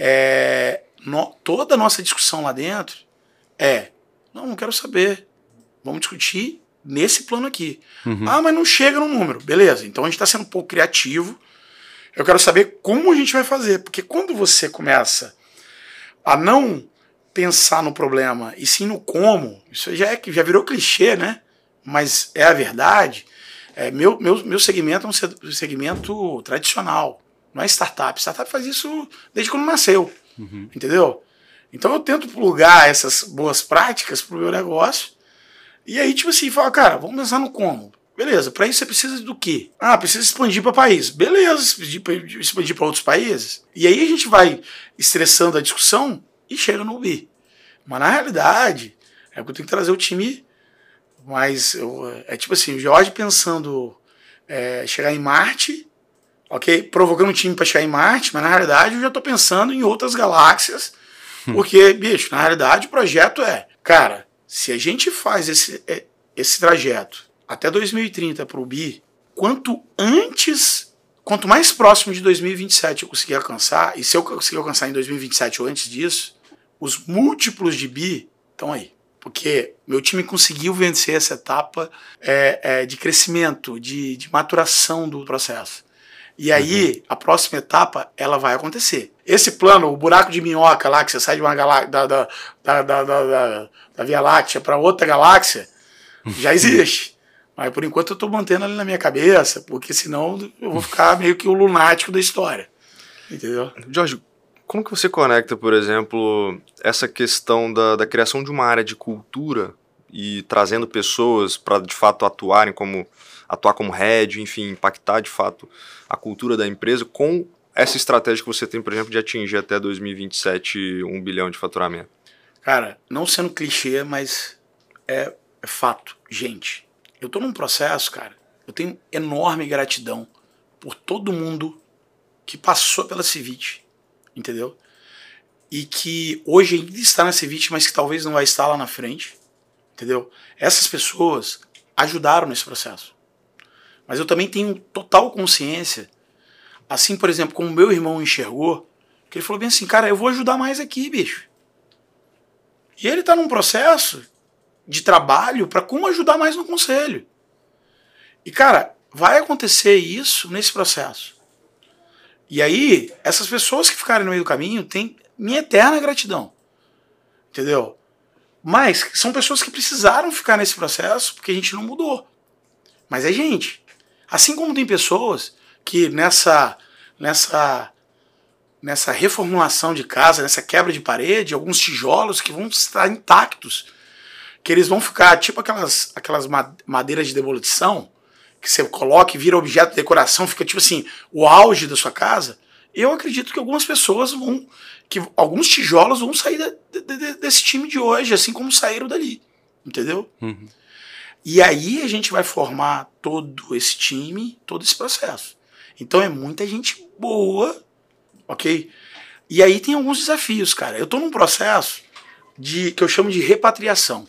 é, no, toda a nossa discussão lá dentro é, não, não quero saber. Vamos discutir nesse plano aqui. Uhum. Ah, mas não chega no número. Beleza, então a gente está sendo um pouco criativo. Eu quero saber como a gente vai fazer. Porque quando você começa a não pensar no problema e sim no como, isso já, é, já virou clichê, né? Mas é a verdade. É, meu, meu, meu segmento é um segmento tradicional, não é startup. Startup faz isso desde quando nasceu, uhum. Entendeu? Então eu tento plugar essas boas práticas pro meu negócio e aí, tipo assim, fala, cara, vamos pensar no como. Beleza, para isso você precisa do quê? Ah, precisa expandir para país. Beleza, expandir para outros países. E aí a gente vai estressando a discussão e chega no bi. Mas na realidade, é que eu tenho que trazer o time, mas eu, é tipo assim, o Jorge pensando é, chegar em Marte, ok? Provocando um time para chegar em Marte, mas na realidade eu já estou pensando em outras galáxias, porque, bicho, na realidade o projeto é, cara, se a gente faz esse, esse trajeto até dois mil e trinta para o bi, quanto antes, quanto mais próximo de dois mil e vinte e sete eu conseguir alcançar, e se eu conseguir alcançar em dois mil e vinte e sete ou antes disso, os múltiplos de bi estão aí. Porque meu time conseguiu vencer essa etapa é, é, de crescimento, de, de maturação do processo. E aí, uhum. a próxima etapa, ela vai acontecer. Esse plano, o buraco de minhoca lá, que você sai de uma galá da, da, da, da, da, da Via Láctea para outra galáxia, já existe. Mas por enquanto eu estou mantendo ali na minha cabeça, porque senão eu vou ficar meio que o lunático da história. Entendeu? Jorge, como que você conecta, por exemplo, essa questão da, da criação de uma área de cultura e trazendo pessoas para, de fato, atuarem como, atuar como head, enfim, impactar, de fato, a cultura da empresa com essa estratégia que você tem, por exemplo, de atingir até dois mil e vinte e sete um bilhão de faturamento? Cara, não sendo clichê, mas é, é fato. Gente, eu tô num processo, cara, eu tenho enorme gratidão por todo mundo que passou pela Civit. Entendeu? E que hoje ainda está na Civit, mas que talvez não vai estar lá na frente. Entendeu? Essas pessoas ajudaram nesse processo. Mas eu também tenho total consciência, assim, por exemplo, como meu irmão enxergou, que ele falou bem assim, cara, eu vou ajudar mais aqui, bicho. E ele está num processo de trabalho para como ajudar mais no conselho. E, cara, vai acontecer isso nesse processo. E aí, essas pessoas que ficarem no meio do caminho têm minha eterna gratidão. Entendeu? Mas são pessoas que precisaram ficar nesse processo porque a gente não mudou. Mas é gente. Assim como tem pessoas que nessa, nessa, nessa reformulação de casa, nessa quebra de parede, alguns tijolos que vão estar intactos, que eles vão ficar tipo aquelas, aquelas madeiras de demolição, que você coloca e vira objeto de decoração, fica tipo assim, o auge da sua casa. Eu acredito que algumas pessoas vão, que alguns tijolos vão sair de, de, de, desse time de hoje, assim como saíram dali, entendeu? Uhum. E aí a gente vai formar todo esse time, todo esse processo. Então é muita gente boa, ok? E aí tem alguns desafios, cara. Eu tô num processo de que eu chamo de repatriação.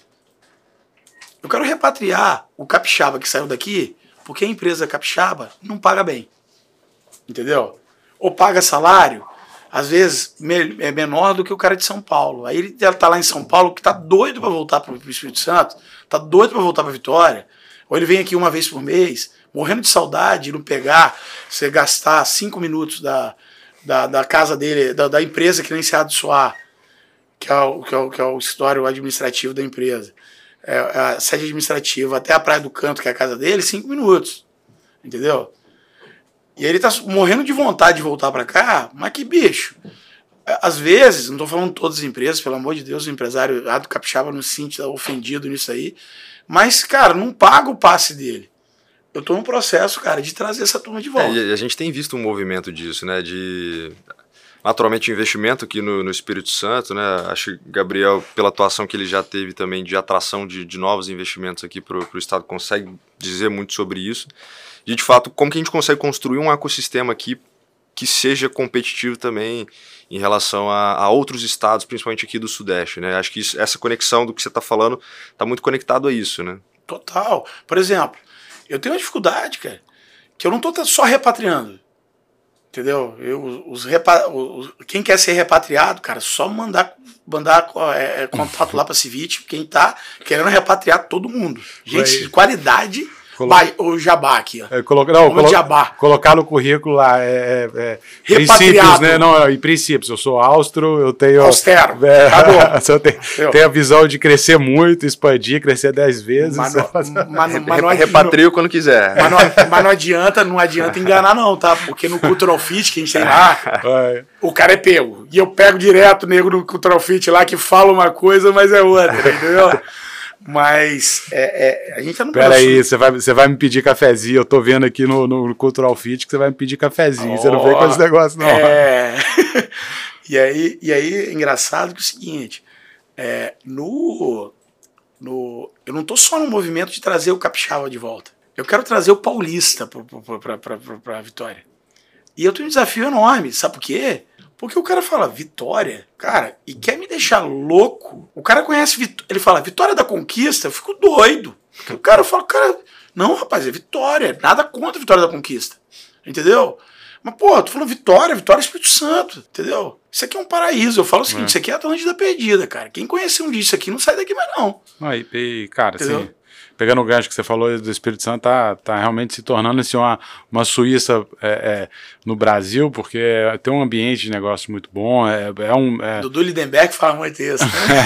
Eu quero repatriar o capixaba que saiu daqui, porque a empresa capixaba não paga bem, entendeu? Ou paga salário, às vezes é menor do que o cara de São Paulo. Aí ele tá lá em São Paulo, que tá doido para voltar pro Espírito Santo, tá doido para voltar para Vitória, ou ele vem aqui uma vez por mês, morrendo de saudade, de não pegar, você gastar cinco minutos da, da, da casa dele, da, da empresa que nem Enseada do Soar, que é o, que é o, que é o escritório administrativo da empresa, é, a sede administrativa até a Praia do Canto, que é a casa dele, cinco minutos, entendeu? E ele tá morrendo de vontade de voltar para cá, mas que bicho. Às vezes, não tô falando todas as empresas, pelo amor de Deus, o empresário lá do capixaba não se sente ofendido nisso aí, mas, cara, não paga o passe dele. Eu tô num processo, cara, de trazer essa turma de volta. É, e a gente tem visto um movimento disso, né, de... Naturalmente, investimento aqui no, no Espírito Santo, né? Acho que Gabriel, pela atuação que ele já teve também de atração de, de novos investimentos aqui para o Estado, consegue dizer muito sobre isso. E, de fato, como que a gente consegue construir um ecossistema aqui que seja competitivo também em relação a, a outros estados, principalmente aqui do Sudeste, né? Acho que isso, essa conexão do que você está falando está muito conectado a isso, né? Total. Por exemplo, eu tenho uma dificuldade, cara, que eu não estou só repatriando. Entendeu? Eu, os repa, os, quem quer ser repatriado, cara, só mandar, mandar é, contato lá para a Civit, quem tá querendo repatriar todo mundo. Gente de qualidade, Colo... o jabá aqui, ó. É, coloca, não, colo... jabá. Colocar no currículo lá é, é, é princípios, né? Não, em princípios, eu sou austro, eu tenho... Austero, é, eu tenho, tenho a visão de crescer muito, expandir, crescer dez vezes. Mas não, mas, mas, mas não, repatrio quando quiser. Mas não, mas não adianta, não adianta enganar não, tá? Porque no Cultural Fit, que a gente tem lá, vai. O cara é pego. E eu pego direto o nego no Cultural Fit lá, que fala uma coisa, mas é outra, entendeu? Mas é, é, a gente tá no Pera aí, você vai, você vai me pedir cafezinho. Eu tô vendo aqui no, no Cultural Fit que você vai me pedir cafezinho. Oh, você não vem com esse negócio, não. É. e, aí, e aí é engraçado que é o seguinte: é, no, no, eu não tô só no movimento de trazer o capixaba de volta. Eu quero trazer o paulista para a Vitória. E eu tenho um desafio enorme. Sabe por quê? Porque o cara fala Vitória, cara, e quer me deixar louco. O cara conhece, Vit... ele fala Vitória da Conquista, eu fico doido. O cara fala, cara, não, rapaz, é Vitória, nada contra a Vitória da Conquista, entendeu? Mas, pô, eu tô falando Vitória, Vitória é Espírito Santo, entendeu? Isso aqui é um paraíso. Eu falo o seguinte, é. Isso aqui é a Atlântida perdida, cara. Quem conhecer um disso aqui não sai daqui mais, não. Aí, e, cara, entendeu? Assim... Pegando o gancho que você falou do Espírito Santo, tá, tá realmente se tornando assim, uma, uma Suíça é, é, no Brasil, porque tem um ambiente de negócio muito bom. É, é um, é... Dudu Lindenberg fala muito isso. Né?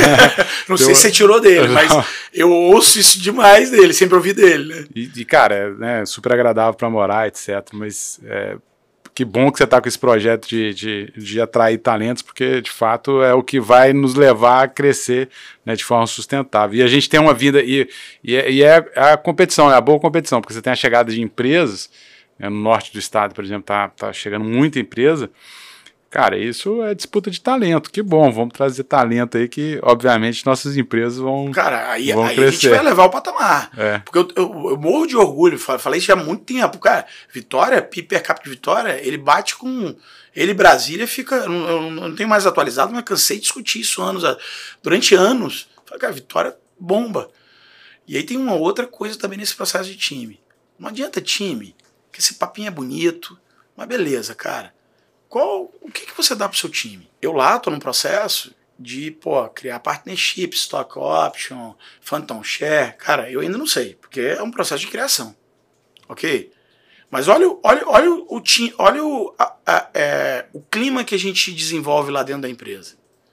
Não sei se você tirou dele, mas eu ouço isso demais dele, sempre ouvi dele. Né? E, e, cara, é né, super agradável para morar, etcétera. Mas é, que bom que você está com esse projeto de, de, de atrair talentos, porque de fato é o que vai nos levar a crescer, né, de forma sustentável. E a gente tem uma vida, e, e, é, e é a competição, é a boa competição, porque você tem a chegada de empresas, né, no norte do estado, por exemplo, tá, tá chegando muita empresa. Cara, isso é disputa de talento, que bom, vamos trazer talento aí que, obviamente, nossas empresas vão Cara, aí, vão aí crescer. A gente vai levar o patamar, é. Porque eu, eu, eu morro de orgulho, falei isso já há muito tempo, cara, Vitória, P I B per capita de Vitória, ele bate com, ele Brasília fica, eu não, eu não tenho mais atualizado, mas cansei de discutir isso anos, durante anos, falei, cara, Vitória bomba, e aí tem uma outra coisa também nesse processo de time, não adianta time, que esse papinho é bonito, mas beleza, cara, Qual, o que, que você dá pro seu time? Eu lá tô num processo de pô, criar partnership, stock option, phantom share. Cara, eu ainda não sei, porque é um processo de criação. Ok? Mas olha, olha, olha, o, olha o, a, a, é, o clima que a gente desenvolve lá dentro da empresa.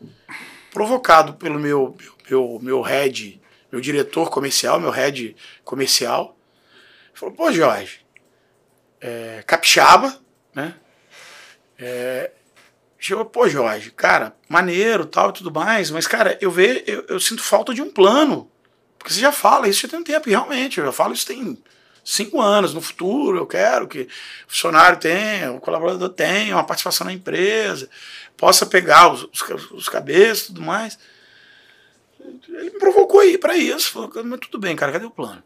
Provocado pelo meu, meu, meu head, meu diretor comercial, meu head comercial. Falou, pô, Jorge, é, capixaba, né? É, chegou, pô, Jorge, cara, maneiro, tal e tudo mais, mas, cara, eu, ve, eu, eu sinto falta de um plano. Porque você já fala isso já tem um tempo, e realmente, eu já falo isso tem cinco anos. No futuro, eu quero que o funcionário tenha, o colaborador tenha uma participação na empresa, possa pegar os, os, os cabeças e tudo mais. Ele me provocou aí pra isso. Falou, mas tudo bem, cara, cadê o plano?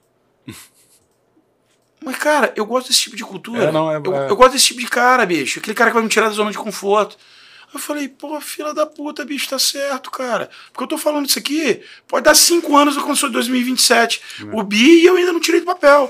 Mas, cara, eu gosto desse tipo de cultura. É, não, é, eu, é... eu gosto desse tipo de cara, bicho. Aquele cara que vai me tirar da zona de conforto. Eu falei, pô, fila da puta, bicho, tá certo, cara. Porque eu tô falando isso aqui, pode dar cinco anos, eu começou em dois mil e vinte e sete. É. O B I e eu ainda não tirei do papel.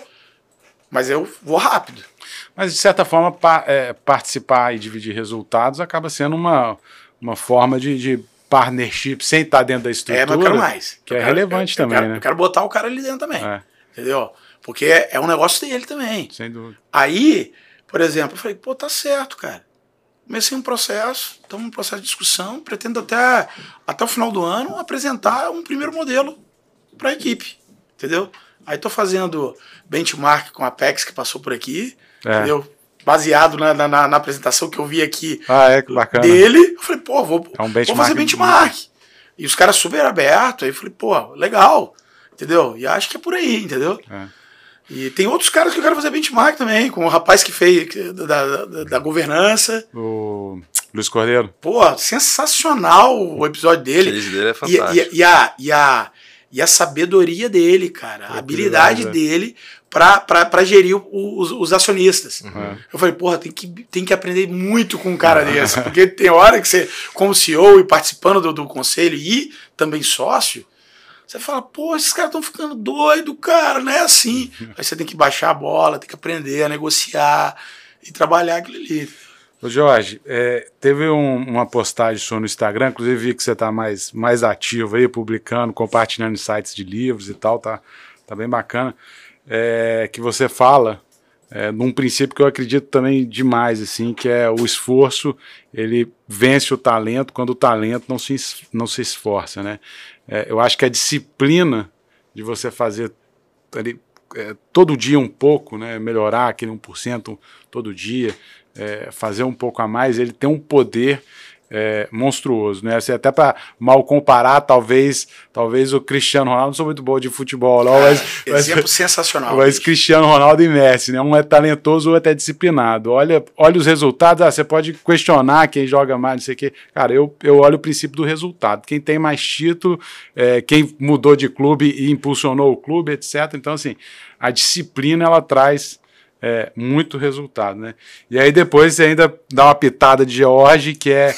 Mas eu vou rápido. Mas, de certa forma, pa é, participar e dividir resultados acaba sendo uma, uma forma de, de partnership, sem estar dentro da estrutura. É, mas eu quero mais. Que eu é quero, relevante eu, eu também, quero, né? Eu quero botar o cara ali dentro também. É. Entendeu? Porque é, é um negócio dele também. Sem dúvida. Aí, por exemplo, eu falei, pô, tá certo, cara. Comecei um processo, estamos num processo de discussão, pretendo até, até o final do ano apresentar um primeiro modelo para a equipe, entendeu? Aí estou fazendo benchmark com a Apex, que passou por aqui, é. entendeu? Baseado na, na, na apresentação que eu vi aqui ah, é, que bacana. dele. Eu falei, pô, vou, é um vou fazer benchmark. E os caras super abertos, aí eu falei, pô, legal, entendeu? E acho que é por aí, entendeu? É. E tem outros caras que eu quero fazer benchmark também, com o rapaz que fez da, da, da governança. O Luiz Cordeiro. Pô, sensacional o episódio dele. O case dele é fantástico. E, e, e, a, e, a, e a sabedoria dele, cara. A habilidade dele para gerir os, os acionistas. Uhum. Eu falei, porra, tem que, tem que aprender muito com um cara desse. Porque tem hora que você, como C E O e participando do, do conselho e também sócio, você fala, pô, esses caras estão ficando doidos, cara, não é assim. Aí você tem que baixar a bola, tem que aprender a negociar e trabalhar aquilo ali. Ô Jorge, é, teve um, uma postagem sua no Instagram, inclusive vi que você está mais, mais ativo aí, publicando, compartilhando sites de livros e tal, tá, tá bem bacana, é, que você fala é, num princípio que eu acredito também demais, assim, que é o esforço, ele vence o talento quando o talento não se, não se esforça, né? É, eu acho que a disciplina de você fazer ali, é, todo dia um pouco, né, melhorar aquele um por cento todo dia, é, fazer um pouco a mais, ele tem um poder é, monstruoso, né? Assim, até para mal comparar, talvez, talvez o Cristiano Ronaldo, não sou muito bom de futebol, não, mas, exemplo mas, sensacional. Mas Cristiano Ronaldo e Messi, né? Um é talentoso, o outro é disciplinado. Olha, olha os resultados, ah, você pode questionar quem joga mais, não sei o quê. Cara, eu, eu olho o princípio do resultado. Quem tem mais título, é, quem mudou de clube e impulsionou o clube, etcétera. Então, assim, a disciplina, ela traz É, muito resultado, né? E aí depois você ainda dá uma pitada de George, que é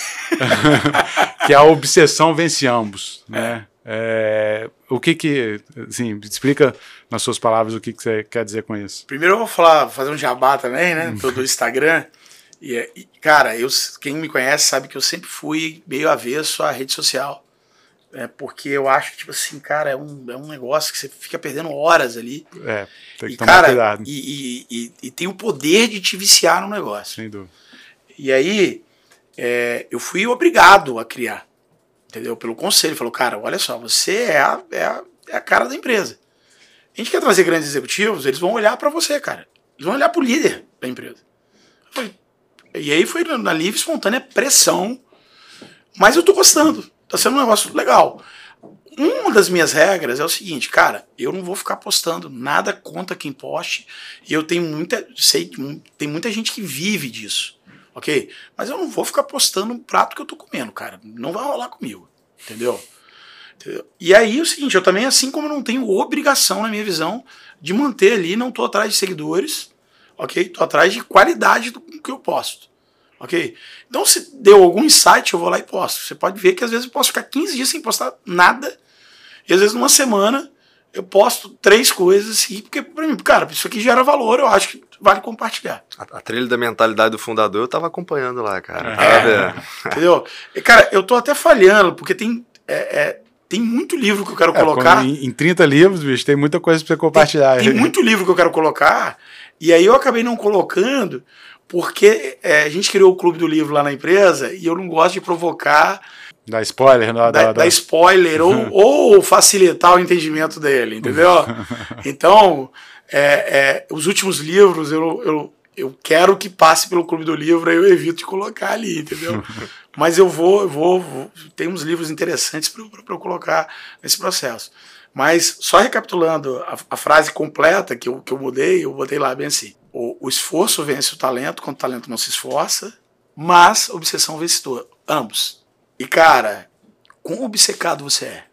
que é a obsessão vence ambos, né? É, o que que, assim, explica nas suas palavras o que que você quer dizer com isso. Primeiro eu vou falar, fazer um jabá também, né? Do, do Instagram. E, e, cara, eu, quem me conhece sabe que eu sempre fui meio avesso à rede social. É, porque eu acho que, tipo assim, cara, é um, é um negócio que você fica perdendo horas ali. É, tem que e, tomar cara, cuidado. E, e, e, e tem o poder de te viciar no negócio. Sem dúvida. E aí, é, eu fui obrigado a criar, entendeu? Pelo conselho. Falou, cara, olha só, você é a, é, a, é a cara da empresa. A gente quer trazer grandes executivos, eles vão olhar para você, cara. Eles vão olhar pro líder da empresa. Eu falei, e aí foi na livre, espontânea pressão. Mas eu tô gostando. Tá sendo um negócio legal. Uma das minhas regras é o seguinte, cara, eu não vou ficar postando nada contra quem poste, e eu tenho muita, sei, tem muita gente que vive disso, ok? Mas eu não vou ficar postando um prato que eu tô comendo, cara, não vai rolar comigo, entendeu? entendeu? E aí é o seguinte, eu também, assim como eu não tenho obrigação, na minha visão, de manter ali, não tô atrás de seguidores, ok? Tô atrás de qualidade do que eu posto. Ok? Então, se deu algum insight, eu vou lá e posto. Você pode ver que às vezes eu posso ficar quinze dias sem postar nada, e às vezes numa semana eu posto três coisas assim, porque pra mim, cara, isso aqui gera valor, eu acho que vale compartilhar. A, a trilha da mentalidade do fundador eu tava acompanhando lá, cara. É, entendeu? E, cara, eu tô até falhando, porque tem, é, é, tem muito livro que eu quero é, colocar. Em, em trinta livros, bicho, tem muita coisa pra você compartilhar. Tem, tem muito livro que eu quero colocar, e aí eu acabei não colocando. Porque é, a gente criou o clube do livro lá na empresa e eu não gosto de provocar... Dar spoiler. Não, da, da, da spoiler ou, ou facilitar o entendimento dele, entendeu? Então, é, é, os últimos livros eu, eu, eu quero que passe pelo Clube do Livro, aí eu evito de colocar ali, entendeu? Mas eu vou, eu vou, vou tem uns livros interessantes para eu colocar nesse processo. Mas, só recapitulando a, a frase completa que eu, que eu mudei, eu botei lá bem assim: o, o esforço vence o talento, quando o talento não se esforça, mas a obsessão vence ambos. E, cara, quão obcecado você é?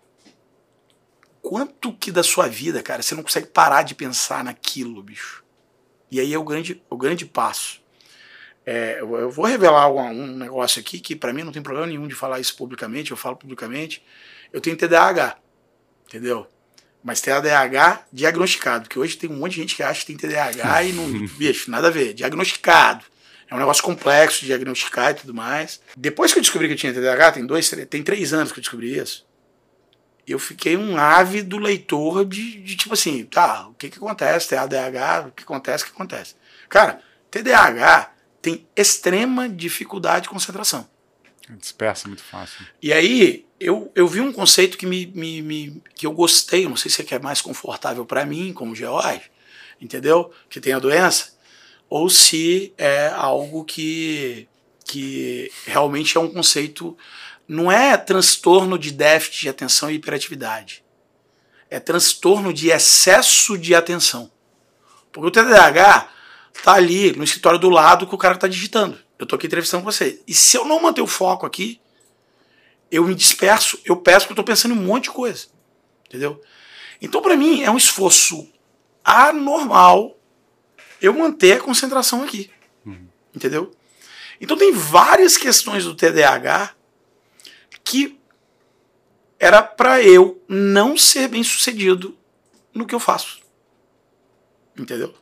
Quanto que da sua vida, cara, você não consegue parar de pensar naquilo, bicho? E aí é o grande, o grande passo. É, eu, eu vou revelar um, um negócio aqui que pra mim não tem problema nenhum de falar isso publicamente, eu falo publicamente. Eu tenho T D A H, entendeu? Mas T D A H diagnosticado, porque hoje tem um monte de gente que acha que tem T D A H e não, bicho, nada a ver, diagnosticado. É um negócio complexo de diagnosticar e tudo mais. Depois que eu descobri que eu tinha T D A H, tem dois, tem três anos que eu descobri isso, eu fiquei um ávido leitor de, de tipo assim, tá, o que que acontece? T D A H, o que acontece, o que acontece? Cara, T D A H tem extrema dificuldade de concentração. Dispersa muito fácil. E aí, eu, eu vi um conceito que, me, me, me, que eu gostei, não sei se é que é mais confortável para mim, como George, entendeu? Que tem a doença, ou se é algo que, que realmente é um conceito. Não é transtorno de déficit de atenção e hiperatividade. É transtorno de excesso de atenção. Porque o T D A H tá ali no escritório do lado que o cara tá digitando. Eu tô aqui entrevistando você. E se eu não manter o foco aqui, eu me disperso, eu peço que eu tô pensando em um monte de coisa. Entendeu? Então, para mim, é um esforço anormal eu manter a concentração aqui. Uhum. Entendeu? Então, tem várias questões do T D A H que era para eu não ser bem sucedido no que eu faço. Entendeu?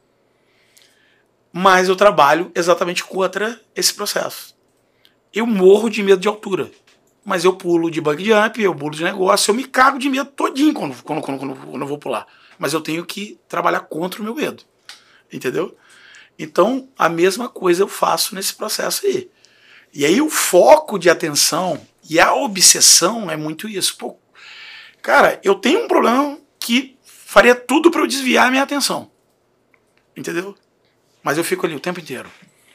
Mas eu trabalho exatamente contra esse processo. Eu morro de medo de altura, mas eu pulo de bug jump, eu pulo de negócio, eu me cago de medo todinho quando, quando, quando, quando, quando eu vou pular. Mas eu tenho que trabalhar contra o meu medo. Entendeu? Então, a mesma coisa eu faço nesse processo aí. E aí o foco de atenção e a obsessão é muito isso. Pô, cara, eu tenho um problema que faria tudo para eu desviar a minha atenção. Entendeu? Mas eu fico ali o tempo inteiro.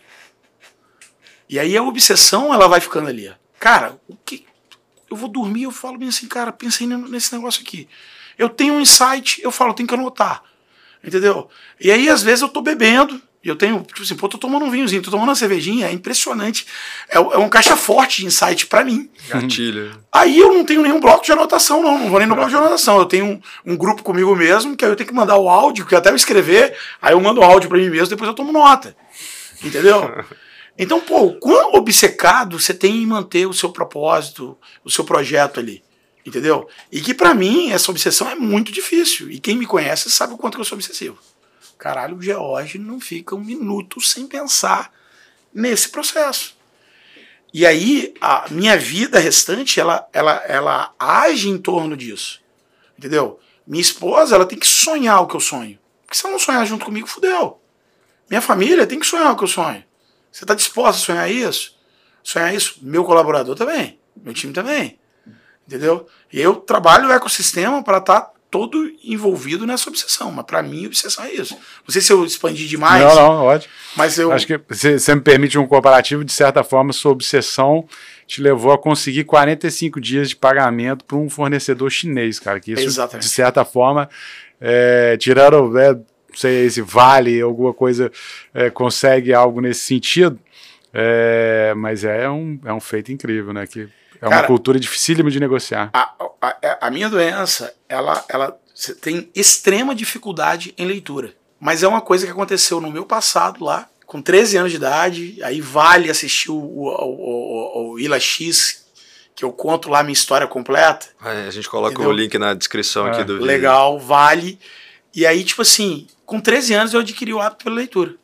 E aí a obsessão, ela vai ficando ali. Cara, o que eu vou dormir, eu falo bem assim, cara, pensei nesse negócio aqui. Eu tenho um insight, eu falo, tenho que anotar. Entendeu? E aí, às vezes, eu tô bebendo, e eu tenho, tipo assim, pô, tô tomando um vinhozinho, tô tomando uma cervejinha, é impressionante. É, é um caixa forte de insight pra mim. Gatilho. Aí eu não tenho nenhum bloco de anotação, não. Não vou nem no bloco de anotação. Eu tenho um, um grupo comigo mesmo, que aí eu tenho que mandar o áudio, que até eu escrever, aí eu mando o áudio pra mim mesmo, depois eu tomo nota. Entendeu? Então, pô, o quão obcecado você tem em manter o seu propósito, o seu projeto ali. Entendeu? E que pra mim, essa obsessão é muito difícil. E quem me conhece sabe o quanto que eu sou obsessivo. Caralho, o George não fica um minuto sem pensar nesse processo. E aí, a minha vida restante, ela, ela, ela age em torno disso. Entendeu? Minha esposa, ela tem que sonhar o que eu sonho. Porque se ela não sonhar junto comigo, fudeu. Minha família tem que sonhar o que eu sonho. Você está disposto a sonhar isso? Sonhar isso? Meu colaborador também. Meu time também. Entendeu? E eu trabalho o ecossistema para estar tá todo envolvido nessa obsessão. Mas para mim, a obsessão é isso. Não sei se eu expandi demais. Não, não, ótimo. Mas eu... Acho que você me permite um comparativo, de certa forma, sua obsessão te levou a conseguir quarenta e cinco dias de pagamento para um fornecedor chinês, cara. Que isso, exatamente, de certa forma, é, tirando, é, não sei se Vale, alguma coisa, é, consegue algo nesse sentido, é, mas é um, é um feito incrível, né? Que é uma Cara, cultura dificílima de negociar. A, a, a minha doença, ela, ela tem extrema dificuldade em leitura. Mas é uma coisa que aconteceu no meu passado lá, com treze anos de idade, aí Vale assistiu o, o, o, o Ila X, que eu conto lá a minha história completa. É, a gente coloca Entendeu? o link na descrição é, aqui do vídeo. Legal, Vale. E aí, tipo assim, com treze anos eu adquiri o hábito pela leitura.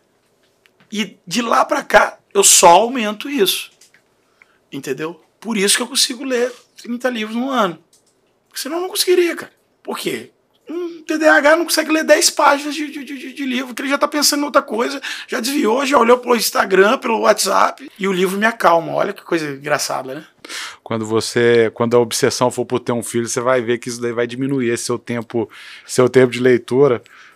E de lá pra cá, eu só aumento isso. Entendeu? Por isso que eu consigo ler trinta livros no ano. Porque senão eu não conseguiria, cara. Por quê? Um T D A H não consegue ler dez páginas de, de, de, de livro, porque ele já tá pensando em outra coisa, já desviou, já olhou pelo Instagram, pelo WhatsApp, e o livro me acalma. Olha que coisa engraçada, né? Quando você, quando a obsessão for por ter um filho, você vai ver que isso daí vai diminuir esse seu tempo, seu tempo de leitura,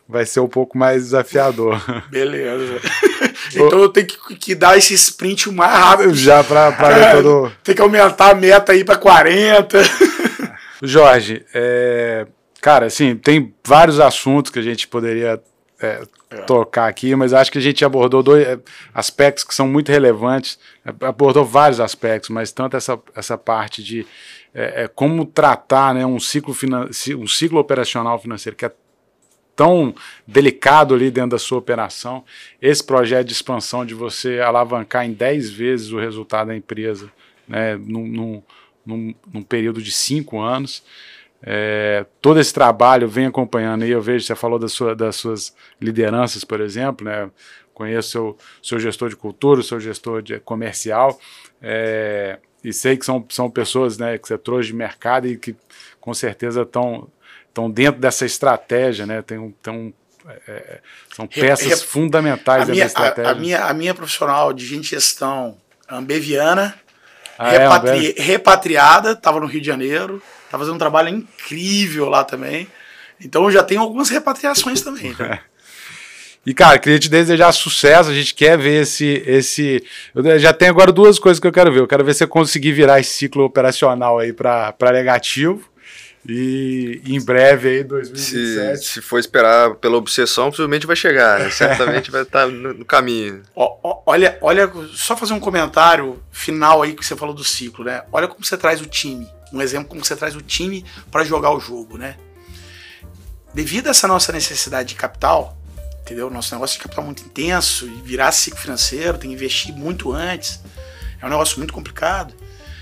vai ser um pouco mais desafiador. Beleza. Então eu tenho que, que dar esse sprint o mais rápido. Já para é, todo... Tem que aumentar a meta aí para quarenta. Jorge, é, cara, assim, tem vários assuntos que a gente poderia é, é. tocar aqui, mas acho que a gente abordou dois aspectos que são muito relevantes, abordou vários aspectos, mas tanto essa, essa parte de é, é, como tratar, né, um, ciclo um ciclo operacional financeiro que é tão delicado ali dentro da sua operação, esse projeto de expansão de você alavancar em dez vezes o resultado da empresa, né, num, num, num, num período de cinco anos, é, todo esse trabalho vem acompanhando aí, eu vejo, você falou da sua, das suas lideranças, por exemplo, né, conheço o seu, seu gestor de cultura, o seu gestor de comercial, é, e sei que são, são pessoas, né, que você trouxe de mercado e que com certeza estão estão dentro dessa estratégia, né? Tem um, tem um, é, são peças Rep, fundamentais dentro minha, da estratégia. A, a, minha, a minha profissional de gente de gestão ambeviana, ah, repatri, é, repatriada, estava no Rio de Janeiro, está fazendo um trabalho incrível lá também. Então eu já tenho algumas repatriações também. Né? E, cara, queria te desejar sucesso, a gente quer ver esse... esse eu já tenho agora duas coisas que eu quero ver. Eu quero ver se você conseguir virar esse ciclo operacional aí para negativo. E em breve aí, dois mil e vinte e sete. Se, se for esperar pela obsessão, possivelmente vai chegar, né? Certamente vai estar no, no caminho. O, olha, olha, só fazer um comentário final aí que você falou do ciclo, né? Olha como você traz o time. Um exemplo como você traz o time para jogar o jogo, né? Devido a essa nossa necessidade de capital, entendeu? Nosso negócio de capital muito intenso, e virar ciclo financeiro, tem que investir muito antes. É um negócio muito complicado.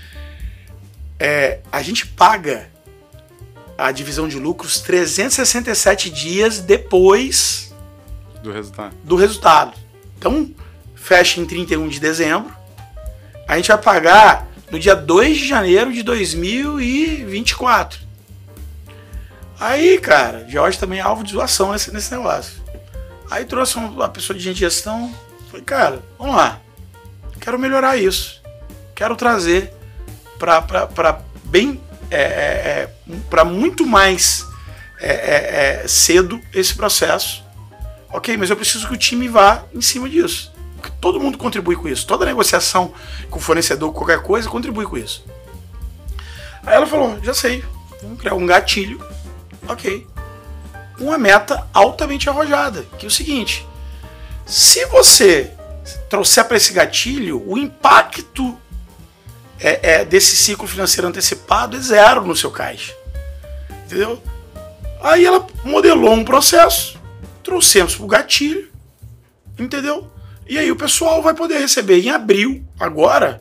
É, a gente paga a divisão de lucros trezentos e sessenta e sete dias depois do resultado. do resultado. Então, fecha em trinta e um de dezembro. A gente vai pagar no dia dois de janeiro de dois mil e vinte e quatro. Aí, cara, Jorge também é alvo de zoação nesse, nesse negócio. Aí trouxe uma pessoa de gente de gestão. Falei, cara, vamos lá. Quero melhorar isso. Quero trazer para bem... É, é, para muito mais é, é, é, cedo esse processo. Ok, mas eu preciso que o time vá em cima disso. Porque todo mundo contribui com isso. Toda negociação com o fornecedor, qualquer coisa, contribui com isso. Aí ela falou, já sei, vamos criar um gatilho. Ok. Uma meta altamente arrojada, que é o seguinte: se você trouxer para esse gatilho, o impacto É, é, desse ciclo financeiro antecipado é zero no seu caixa. Entendeu? Aí ela modelou um processo, trouxemos para o gatilho, entendeu? E aí o pessoal vai poder receber em abril, agora,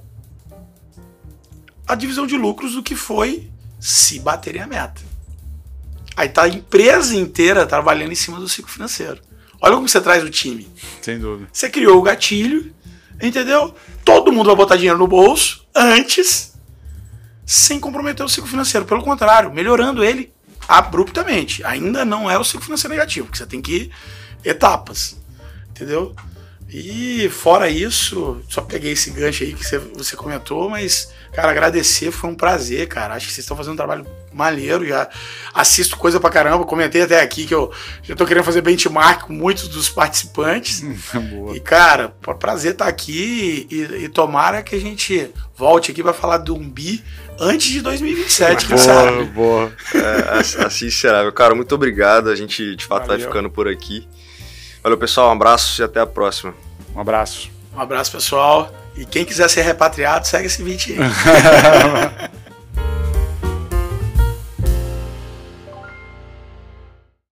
a divisão de lucros do que foi se baterem a meta. Aí tá a empresa inteira trabalhando em cima do ciclo financeiro. Olha como você traz o time. Sem dúvida. Você criou o gatilho, entendeu? Todo mundo vai botar dinheiro no bolso antes, sem comprometer o ciclo financeiro. Pelo contrário, melhorando ele abruptamente. Ainda não é o ciclo financeiro negativo, porque você tem que ir etapas, entendeu? E fora isso, só peguei esse gancho aí que você, você comentou, mas, cara, agradecer, foi um prazer, cara. Acho que vocês estão fazendo um trabalho maneiro, já assisto coisa pra caramba, comentei até aqui que eu já tô querendo fazer benchmark com muitos dos participantes. Boa. E, cara, prazer estar aqui e, e tomara que a gente volte aqui pra falar do Umbi antes de dois mil e vinte e sete, quem boa, sabe? Boa, é, assim será. Cara, muito obrigado, a gente de fato Valeu. vai ficando por aqui. Valeu, pessoal, um abraço e até a próxima. Um abraço. Um abraço, pessoal. E quem quiser ser repatriado, segue esse vídeo aí.